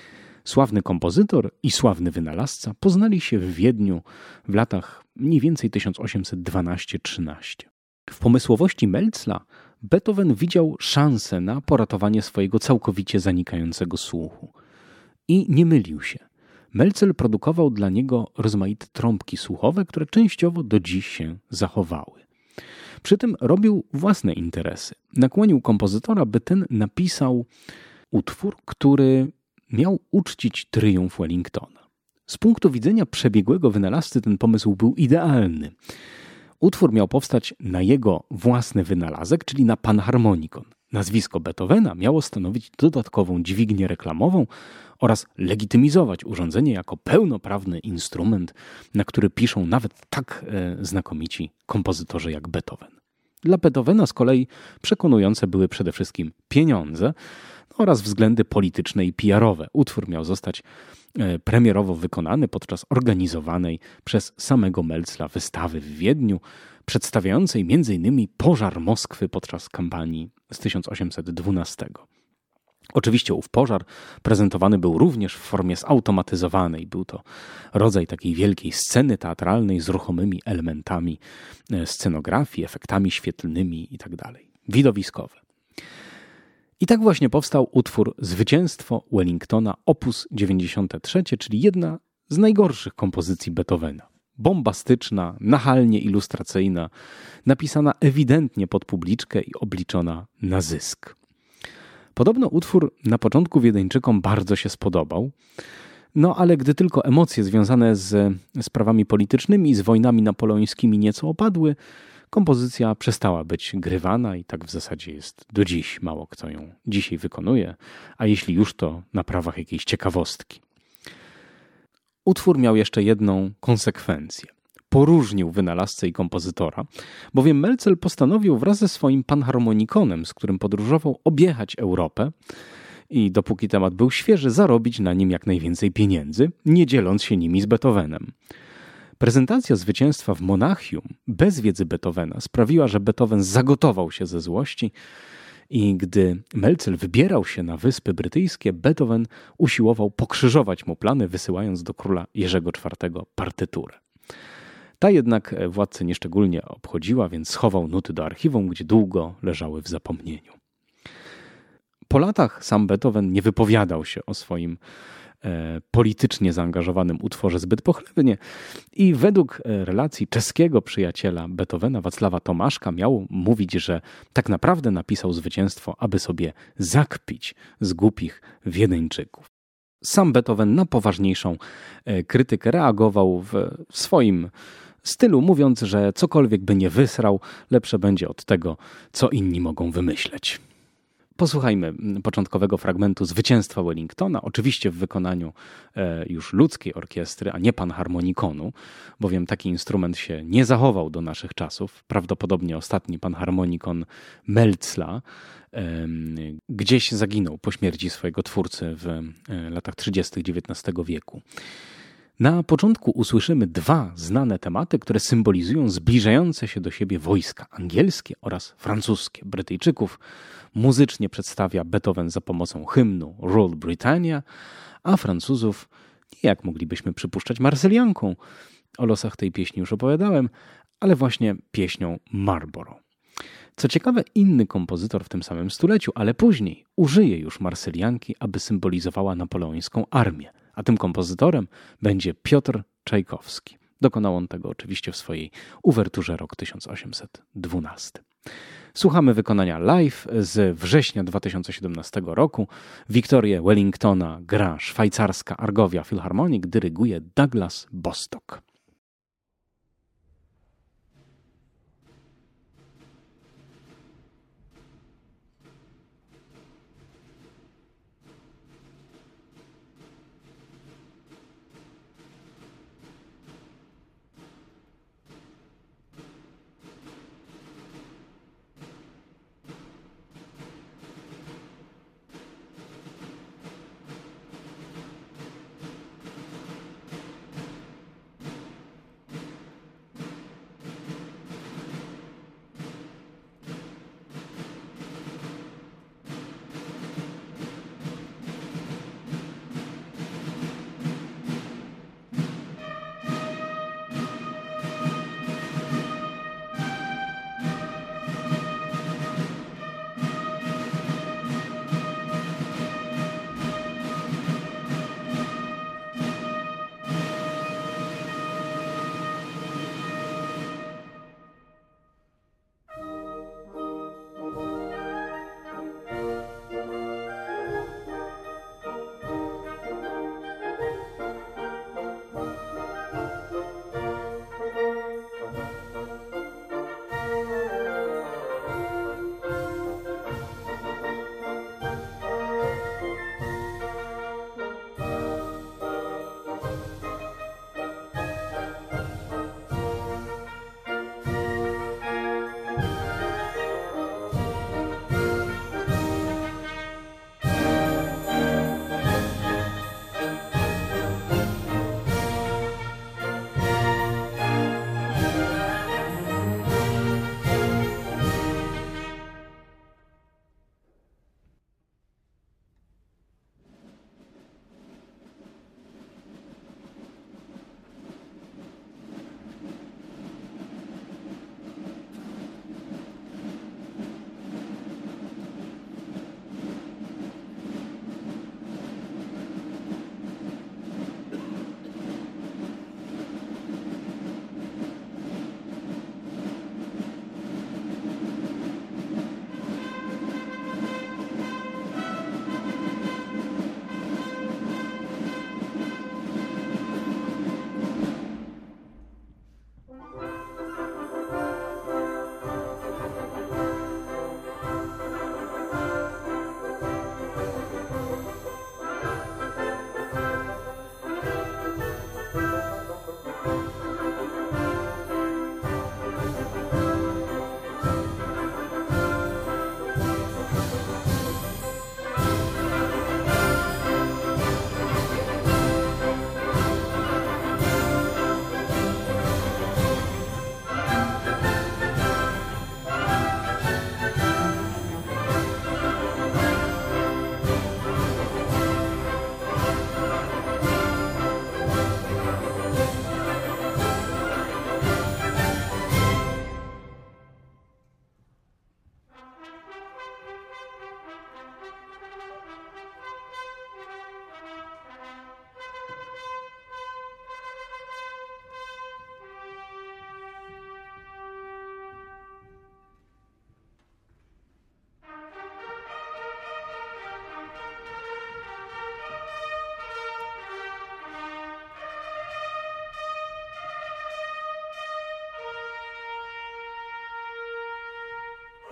Sławny kompozytor i sławny wynalazca poznali się w Wiedniu w latach mniej więcej tysiąc osiemset dwanaście trzynaście. W pomysłowości Melzla Beethoven widział szansę na poratowanie swojego całkowicie zanikającego słuchu. I nie mylił się. Melzel produkował dla niego rozmaite trąbki słuchowe, które częściowo do dziś się zachowały. Przy tym robił własne interesy. Nakłonił kompozytora, by ten napisał utwór, który miał uczcić tryumf Wellingtona. Z punktu widzenia przebiegłego wynalazcy ten pomysł był idealny. Utwór miał powstać na jego własny wynalazek, czyli na panharmonikon. Nazwisko Beethovena miało stanowić dodatkową dźwignię reklamową oraz legitymizować urządzenie jako pełnoprawny instrument, na który piszą nawet tak e, znakomici kompozytorzy jak Beethoven. Dla Beethovena z kolei przekonujące były przede wszystkim pieniądze oraz względy polityczne i P R-owe. Utwór miał zostać e, premierowo wykonany podczas organizowanej przez samego Melzla wystawy w Wiedniu, przedstawiającej między innymi pożar Moskwy podczas kampanii z tysiąc osiemset dwunastego. Oczywiście ów pożar prezentowany był również w formie zautomatyzowanej. Był to rodzaj takiej wielkiej sceny teatralnej z ruchomymi elementami scenografii, efektami świetlnymi itd. Widowiskowe. I tak właśnie powstał utwór Zwycięstwo Wellingtona opus dziewięćdziesiąte trzecie, czyli jedna z najgorszych kompozycji Beethovena. Bombastyczna, nachalnie ilustracyjna, napisana ewidentnie pod publiczkę i obliczona na zysk. Podobno utwór na początku Wiedeńczykom bardzo się spodobał, no ale gdy tylko emocje związane z sprawami politycznymi i z wojnami napoleońskimi nieco opadły, kompozycja przestała być grywana i tak w zasadzie jest do dziś. Mało kto ją dzisiaj wykonuje, a jeśli już, to na prawach jakiejś ciekawostki. Utwór miał jeszcze jedną konsekwencję. Poróżnił wynalazcę i kompozytora, bowiem Melzel postanowił wraz ze swoim panharmonikonem, z którym podróżował, objechać Europę i dopóki temat był świeży, zarobić na nim jak najwięcej pieniędzy, nie dzieląc się nimi z Beethovenem. Prezentacja zwycięstwa w Monachium bez wiedzy Beethovena sprawiła, że Beethoven zagotował się ze złości i gdy Melzel wybierał się na Wyspy Brytyjskie, Beethoven usiłował pokrzyżować mu plany, wysyłając do króla Jerzego czwartego partyturę. Ta jednak władcę nieszczególnie obchodziła, więc schował nuty do archiwum, gdzie długo leżały w zapomnieniu. Po latach sam Beethoven nie wypowiadał się o swoim e, politycznie zaangażowanym utworze zbyt pochlebnie i według relacji czeskiego przyjaciela Beethovena, Wacława Tomaszka, miał mówić, że tak naprawdę napisał Zwycięstwo, aby sobie zakpić z głupich Wiedeńczyków. Sam Beethoven na poważniejszą krytykę reagował w swoim stylu, mówiąc, że cokolwiek by nie wysrał, lepsze będzie od tego, co inni mogą wymyśleć. Posłuchajmy początkowego fragmentu Zwycięstwa Wellingtona, oczywiście w wykonaniu już ludzkiej orkiestry, a nie panharmonikonu, bowiem taki instrument się nie zachował do naszych czasów. Prawdopodobnie ostatni panharmonikon Melzla gdzieś zaginął po śmierci swojego twórcy w latach trzydziestych dziewiętnastego wieku. Na początku usłyszymy dwa znane tematy, które symbolizują zbliżające się do siebie wojska angielskie oraz francuskie. Brytyjczyków muzycznie przedstawia Beethoven za pomocą hymnu Rule Britannia, a Francuzów, nie jak moglibyśmy przypuszczać, Marsylianką. O losach tej pieśni już opowiadałem, ale właśnie pieśnią Marlborough. Co ciekawe, inny kompozytor w tym samym stuleciu, ale później użyje już Marsylianki, aby symbolizowała napoleońską armię, a tym kompozytorem będzie Piotr Czajkowski. Dokonał on tego oczywiście w swojej uwerturze rok tysiąc osiemset dwunasty. Słuchamy wykonania live z września dwa tysiące siedemnastego roku. Wiktorię Wellingtona gra szwajcarska Argovia Philharmonic, dyryguje Douglas Bostock.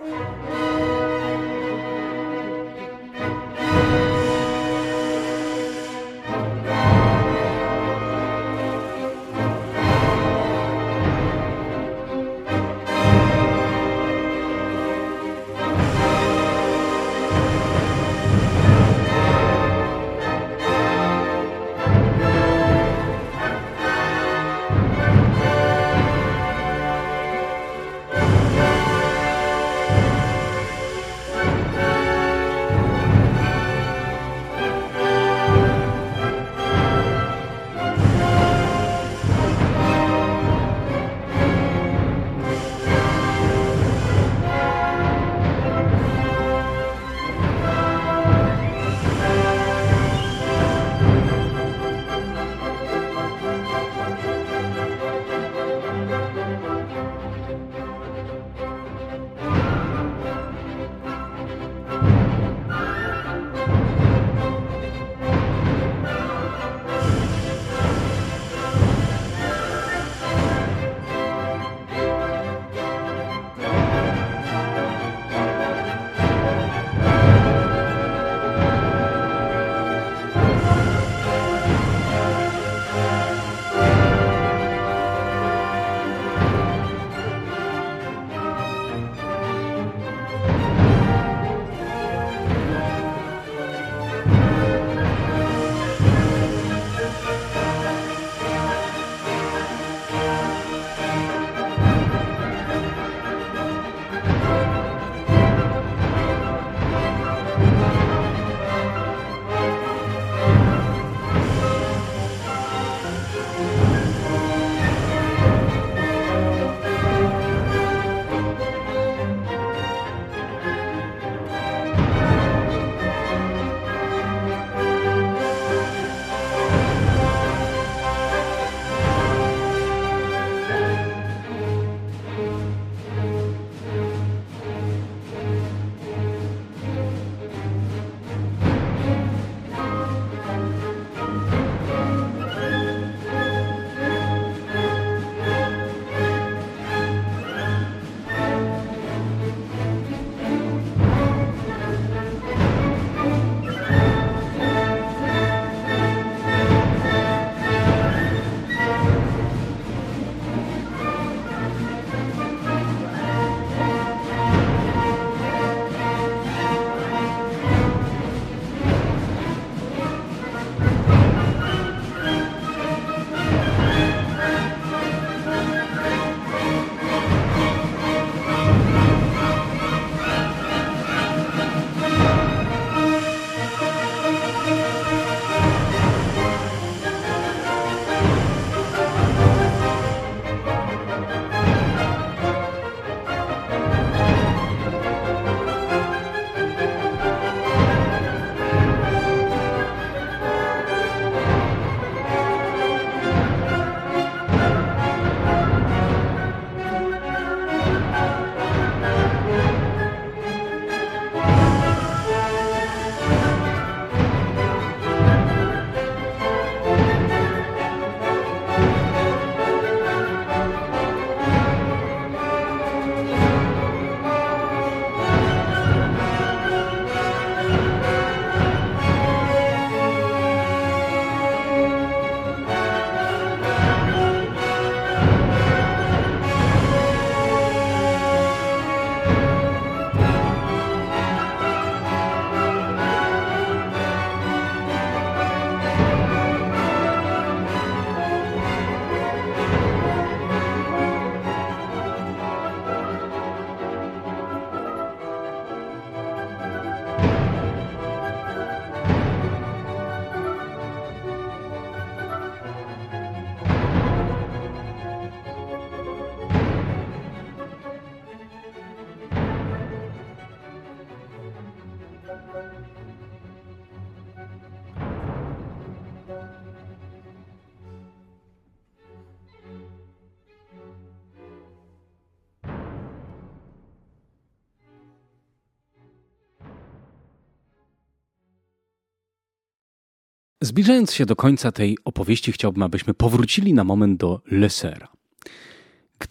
Zbliżając się do końca tej opowieści, chciałbym, abyśmy powrócili na moment do Le Serre.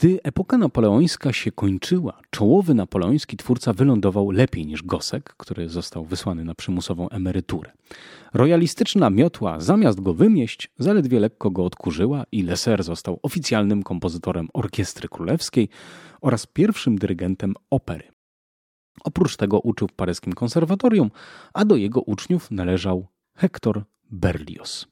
Gdy epoka napoleońska się kończyła, czołowy napoleoński twórca wylądował lepiej niż Gossec, który został wysłany na przymusową emeryturę. Royalistyczna miotła, zamiast go wymieść, zaledwie lekko go odkurzyła i Lesser został oficjalnym kompozytorem orkiestry królewskiej oraz pierwszym dyrygentem opery. Oprócz tego uczył w paryskim konserwatorium, a do jego uczniów należał Hector Berlioz.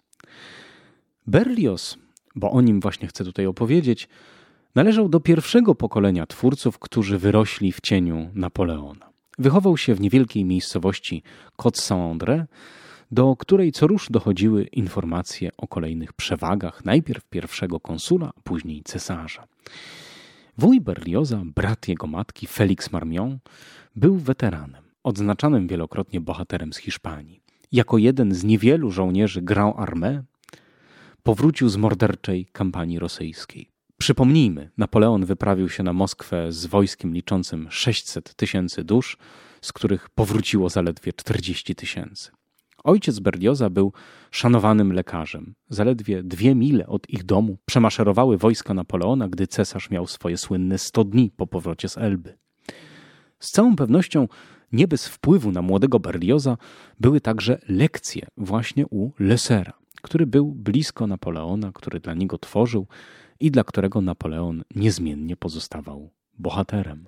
Berlioz, bo o nim właśnie chcę tutaj opowiedzieć, należał do pierwszego pokolenia twórców, którzy wyrośli w cieniu Napoleona. Wychował się w niewielkiej miejscowości Côte-Saint-André, do której co rusz dochodziły informacje o kolejnych przewagach, najpierw pierwszego konsula, a później cesarza. Wuj Berlioza, brat jego matki, Félix Marmion, był weteranem, odznaczanym wielokrotnie bohaterem z Hiszpanii. Jako jeden z niewielu żołnierzy Grand Armée powrócił z morderczej kampanii rosyjskiej. Przypomnijmy, Napoleon wyprawił się na Moskwę z wojskiem liczącym sześćset tysięcy dusz, z których powróciło zaledwie czterdzieści tysięcy. Ojciec Berlioza był szanowanym lekarzem. Zaledwie dwie mile od ich domu przemaszerowały wojska Napoleona, gdy cesarz miał swoje słynne sto dni po powrocie z Elby. Z całą pewnością nie bez wpływu na młodego Berlioza były także lekcje właśnie u Lessera, który był blisko Napoleona, który dla niego tworzył i dla którego Napoleon niezmiennie pozostawał bohaterem.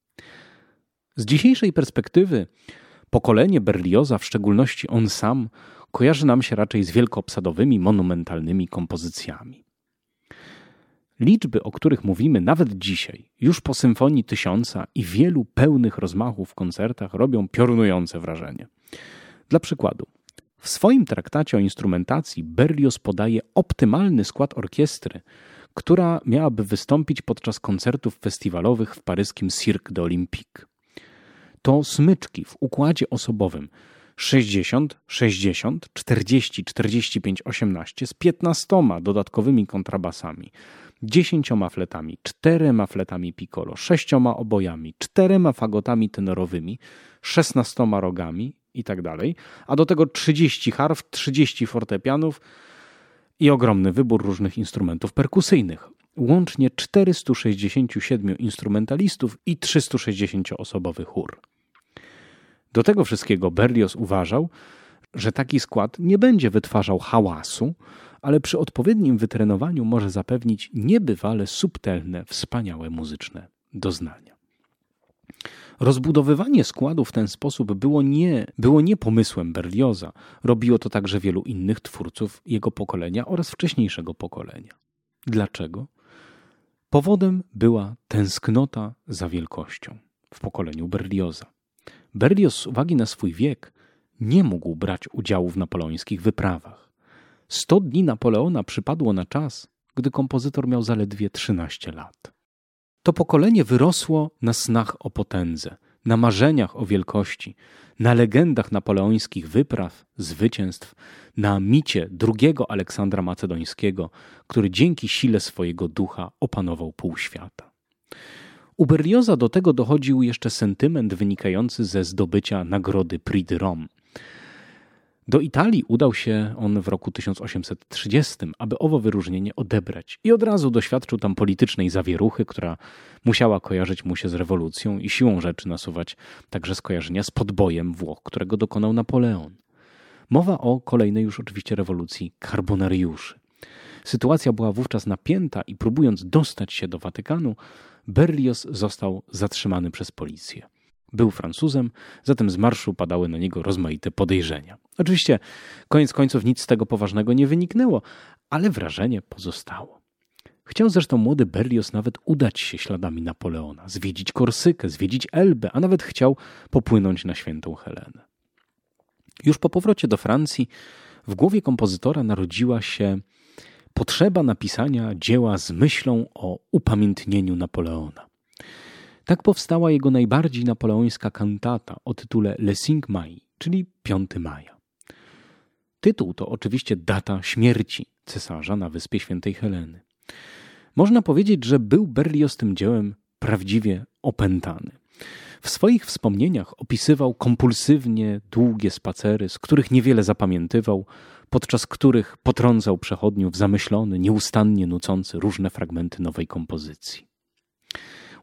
Z dzisiejszej perspektywy pokolenie Berlioza, w szczególności on sam, kojarzy nam się raczej z wielkoobsadowymi, monumentalnymi kompozycjami. Liczby, o których mówimy nawet dzisiaj, już po Symfonii Tysiąca i wielu pełnych rozmachów w koncertach robią piorunujące wrażenie. Dla przykładu, w swoim traktacie o instrumentacji Berlioz podaje optymalny skład orkiestry, która miałaby wystąpić podczas koncertów festiwalowych w paryskim Cirque de Olympique. To smyczki w układzie osobowym sześćdziesiąt, sześćdziesiąt, czterdzieści, czterdzieści pięć, osiemnaście z piętnastoma dodatkowymi kontrabasami, dziesięcioma fletami, czterema fletami piccolo, sześcioma obojami, czterema fagotami tenorowymi, szesnastoma rogami i tak dalej, a do tego trzydzieści harf, trzydzieści fortepianów i ogromny wybór różnych instrumentów perkusyjnych. Łącznie czterystu sześćdziesięciu siedmiu instrumentalistów i trzystusześćdziesięcioosobowy chór. Do tego wszystkiego Berlioz uważał, że taki skład nie będzie wytwarzał hałasu, ale przy odpowiednim wytrenowaniu może zapewnić niebywale subtelne, wspaniałe muzyczne doznania. Rozbudowywanie składu w ten sposób było nie, było nie pomysłem Berlioza. Robiło to także wielu innych twórców jego pokolenia oraz wcześniejszego pokolenia. Dlaczego? Powodem była tęsknota za wielkością w pokoleniu Berlioza. Berlioz z uwagi na swój wiek nie mógł brać udziału w napoleońskich wyprawach. Sto dni Napoleona przypadło na czas, gdy kompozytor miał zaledwie trzynaście lat. To pokolenie wyrosło na snach o potędze, na marzeniach o wielkości, na legendach napoleońskich wypraw, zwycięstw, na micie drugiego Aleksandra Macedońskiego, który dzięki sile swojego ducha opanował pół świata. U Berlioza do tego dochodził jeszcze sentyment wynikający ze zdobycia nagrody Prix de Rome. Do Italii udał się on w roku tysiąc osiemset trzydziestym, aby owo wyróżnienie odebrać i od razu doświadczył tam politycznej zawieruchy, która musiała kojarzyć mu się z rewolucją i siłą rzeczy nasuwać także skojarzenia z podbojem Włoch, którego dokonał Napoleon. Mowa o kolejnej już oczywiście rewolucji karbonariuszy. Sytuacja była wówczas napięta i próbując dostać się do Watykanu, Berlioz został zatrzymany przez policję. Był Francuzem, zatem z marszu padały na niego rozmaite podejrzenia. Oczywiście koniec końców nic z tego poważnego nie wyniknęło, ale wrażenie pozostało. Chciał zresztą młody Berlioz nawet udać się śladami Napoleona, zwiedzić Korsykę, zwiedzić Elbę, a nawet chciał popłynąć na Świętą Helenę. Już po powrocie do Francji w głowie kompozytora narodziła się potrzeba napisania dzieła z myślą o upamiętnieniu Napoleona. Tak powstała jego najbardziej napoleońska kantata o tytule Le cinq mai, czyli piątego maja. Tytuł to oczywiście data śmierci cesarza na wyspie Świętej Heleny. Można powiedzieć, że był Berlioz tym dziełem prawdziwie opętany. W swoich wspomnieniach opisywał kompulsywnie długie spacery, z których niewiele zapamiętywał, podczas których potrącał przechodniów zamyślony, nieustannie nucący różne fragmenty nowej kompozycji.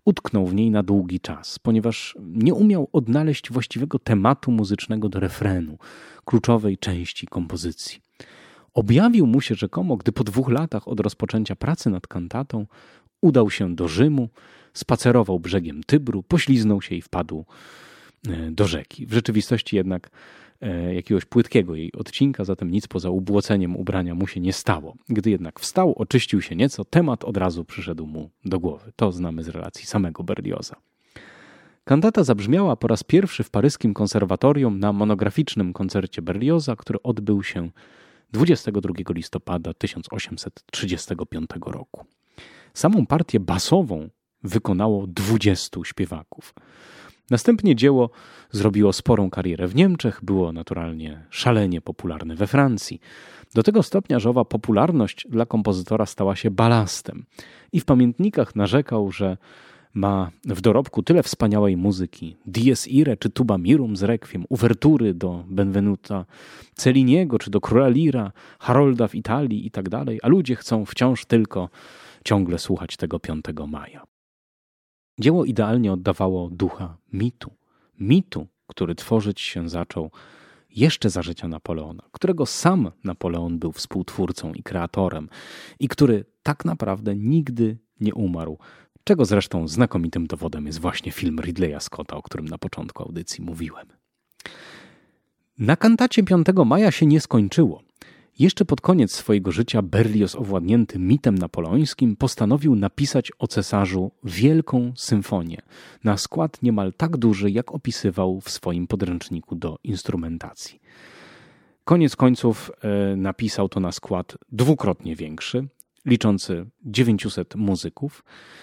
utknął w niej na długi czas, ponieważ nie umiał odnaleźć właściwego tematu muzycznego do refrenu, kluczowej części kompozycji. Objawił mu się rzekomo, gdy po dwóch latach od rozpoczęcia pracy nad kantatą udał się do Rzymu, spacerował brzegiem Tybru, pośliznął się i wpadł do rzeki. W rzeczywistości jednak jakiegoś płytkiego jej odcinka, zatem nic poza ubłoceniem ubrania mu się nie stało. Gdy jednak wstał, oczyścił się nieco, temat od razu przyszedł mu do głowy. To znamy z relacji samego Berlioza. Kantata zabrzmiała po raz pierwszy w paryskim konserwatorium na monograficznym koncercie Berlioza, który odbył się dwudziestego drugiego listopada tysiąc osiemset trzydziestego piątego roku. Samą partię basową wykonało dwudziestu śpiewaków. Następnie dzieło zrobiło sporą karierę w Niemczech, było naturalnie szalenie popularne we Francji. Do tego stopnia, że owa popularność dla kompozytora stała się balastem. I w pamiętnikach narzekał, że ma w dorobku tyle wspaniałej muzyki. Dies Irae czy Tuba Mirum z Requiem, uwertury do Benvenuta Celliniego czy do Króla Lira, Harolda w Italii i tak dalej, a ludzie chcą wciąż tylko ciągle słuchać tego piątego maja. Dzieło idealnie oddawało ducha mitu. Mitu, który tworzyć się zaczął jeszcze za życia Napoleona, którego sam Napoleon był współtwórcą i kreatorem i który tak naprawdę nigdy nie umarł, czego zresztą znakomitym dowodem jest właśnie film Ridleya Scotta, o którym na początku audycji mówiłem. Na kantacie piątego maja się nie skończyło. Jeszcze pod koniec swojego życia Berlioz, owładnięty mitem napoleońskim, postanowił napisać o cesarzu wielką symfonię, na skład niemal tak duży, jak opisywał w swoim podręczniku do instrumentacji. Koniec końców e, napisał to na skład dwukrotnie większy, liczący dziewięciuset muzyków.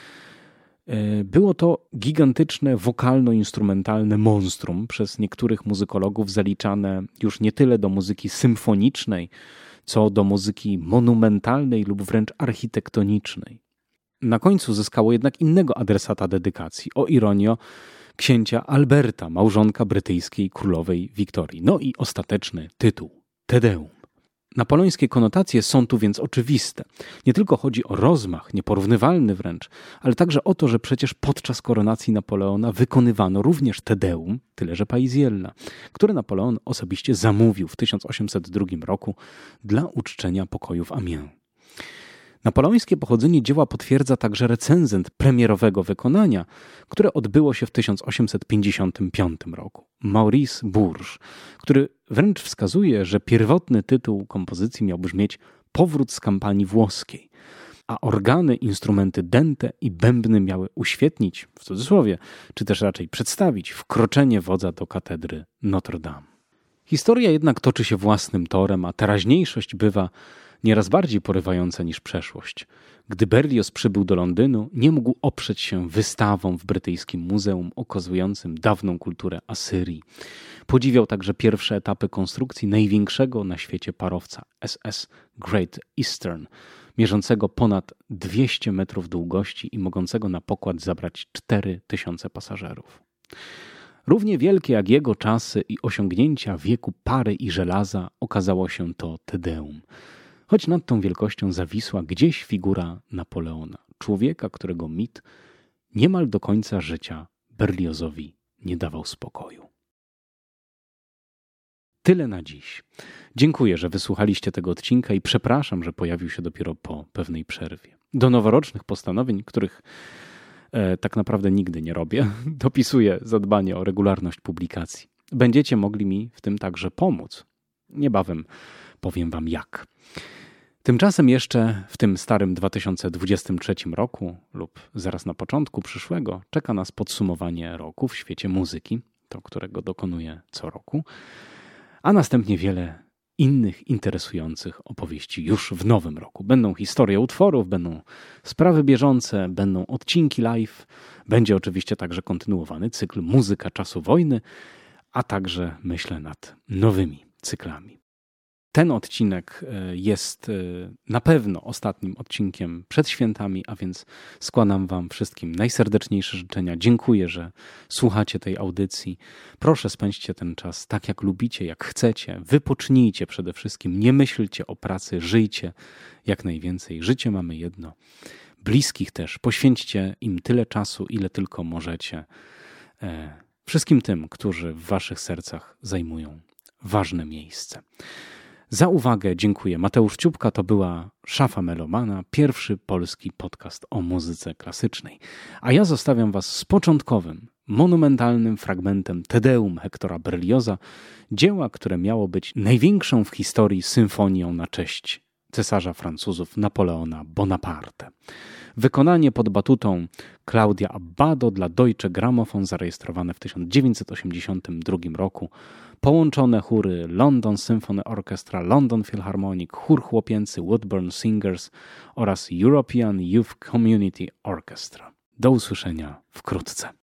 E, było to gigantyczne wokalno-instrumentalne monstrum, przez niektórych muzykologów zaliczane już nie tyle do muzyki symfonicznej, co do muzyki monumentalnej lub wręcz architektonicznej. Na końcu zyskało jednak innego adresata dedykacji, o ironio, księcia Alberta, małżonka brytyjskiej królowej Wiktorii. No i ostateczny tytuł – Te Deum. Napoleońskie konotacje są tu więc oczywiste. Nie tylko chodzi o rozmach, nieporównywalny wręcz, ale także o to, że przecież podczas koronacji Napoleona wykonywano również Te Deum, tyle że Paisiella, które Napoleon osobiście zamówił w tysiąc osiemset drugim roku dla uczczenia pokoju w Amiens. Napoleońskie pochodzenie dzieła potwierdza także recenzent premierowego wykonania, które odbyło się w tysiąc osiemset pięćdziesiątym piątym roku. Maurice Bourges, który wręcz wskazuje, że pierwotny tytuł kompozycji miał brzmieć Powrót z kampanii włoskiej, a organy, instrumenty dęte i bębny miały uświetnić, w cudzysłowie, czy też raczej przedstawić wkroczenie wodza do katedry Notre Dame. Historia jednak toczy się własnym torem, a teraźniejszość bywa nieraz bardziej porywająca niż przeszłość. Gdy Berlioz przybył do Londynu, nie mógł oprzeć się wystawom w brytyjskim muzeum okazującym dawną kulturę Asyrii. Podziwiał także pierwsze etapy konstrukcji największego na świecie parowca S S Great Eastern, mierzącego ponad dwieście metrów długości i mogącego na pokład zabrać cztery tysiące pasażerów. Równie wielkie jak jego czasy i osiągnięcia wieku pary i żelaza okazało się to Te Deum. Choć nad tą wielkością zawisła gdzieś figura Napoleona, człowieka, którego mit niemal do końca życia Berliozowi nie dawał spokoju. Tyle na dziś. Dziękuję, że wysłuchaliście tego odcinka i przepraszam, że pojawił się dopiero po pewnej przerwie. Do noworocznych postanowień, których e, tak naprawdę nigdy nie robię, dopisuję zadbanie o regularność publikacji. Będziecie mogli mi w tym także pomóc. Niebawem powiem wam jak. Tymczasem jeszcze w tym starym dwa tysiące dwudziestym trzecim roku lub zaraz na początku przyszłego czeka nas podsumowanie roku w świecie muzyki, to którego dokonuję co roku, a następnie wiele innych interesujących opowieści już w nowym roku. Będą historie utworów, będą sprawy bieżące, będą odcinki live, będzie oczywiście także kontynuowany cykl Muzyka czasu wojny, a także myślę nad nowymi cyklami. Ten odcinek jest na pewno ostatnim odcinkiem przed świętami, a więc składam wam wszystkim najserdeczniejsze życzenia. Dziękuję, że słuchacie tej audycji. Proszę, spędźcie ten czas tak, jak lubicie, jak chcecie. Wypocznijcie przede wszystkim, nie myślcie o pracy, żyjcie jak najwięcej. Życie mamy jedno. bliskich też. Poświęćcie im tyle czasu, ile tylko możecie. Wszystkim tym, którzy w waszych sercach zajmują ważne miejsce. Za uwagę dziękuję. Mateusz Ciupka, to była Szafa Melomana, pierwszy polski podcast o muzyce klasycznej. A ja zostawiam was z początkowym, monumentalnym fragmentem Te Deum Hektora Berlioza, dzieła, które miało być największą w historii symfonią na cześć cesarza Francuzów Napoleona Bonaparte. Wykonanie pod batutą Claudia Abbado dla Deutsche Grammophon, zarejestrowane w tysiąc dziewięćset osiemdziesiątym drugim roku. Połączone chóry London Symphony Orchestra, London Philharmonic, chór chłopięcy Woodburn Singers oraz European Youth Community Orchestra. Do usłyszenia wkrótce.